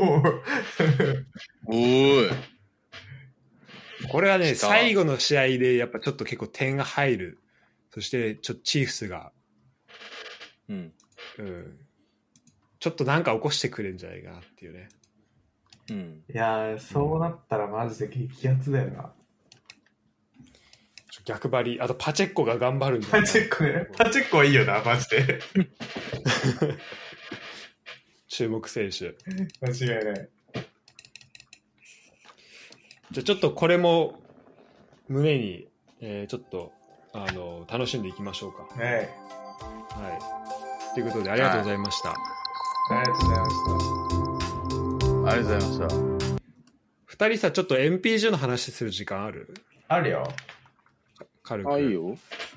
おーい。 これはね、 来た最後の試合でやっぱちょっと結構点が入る。そしてちょっとチーフスが、 うん。 ちょっとなんか起こしてくれるんじゃないかなっていうね。 うん。 いやー、そうなったらマジで激アツだよな。 逆張り。あとパチェッコが頑張るんじゃないパチェッコね。パチェッコはいいよな、マジで。 注目選手。 間違いない。 じゃあちょっとこれも胸に、ちょっと楽しんでいきましょうか。 はい。 はい。ということでありがとうございました。 ありがとうございました。 ありがとうございました。 二人さ、ちょっと MPG の話する時間ある？ あるよ。 軽く。 あ、いいよ。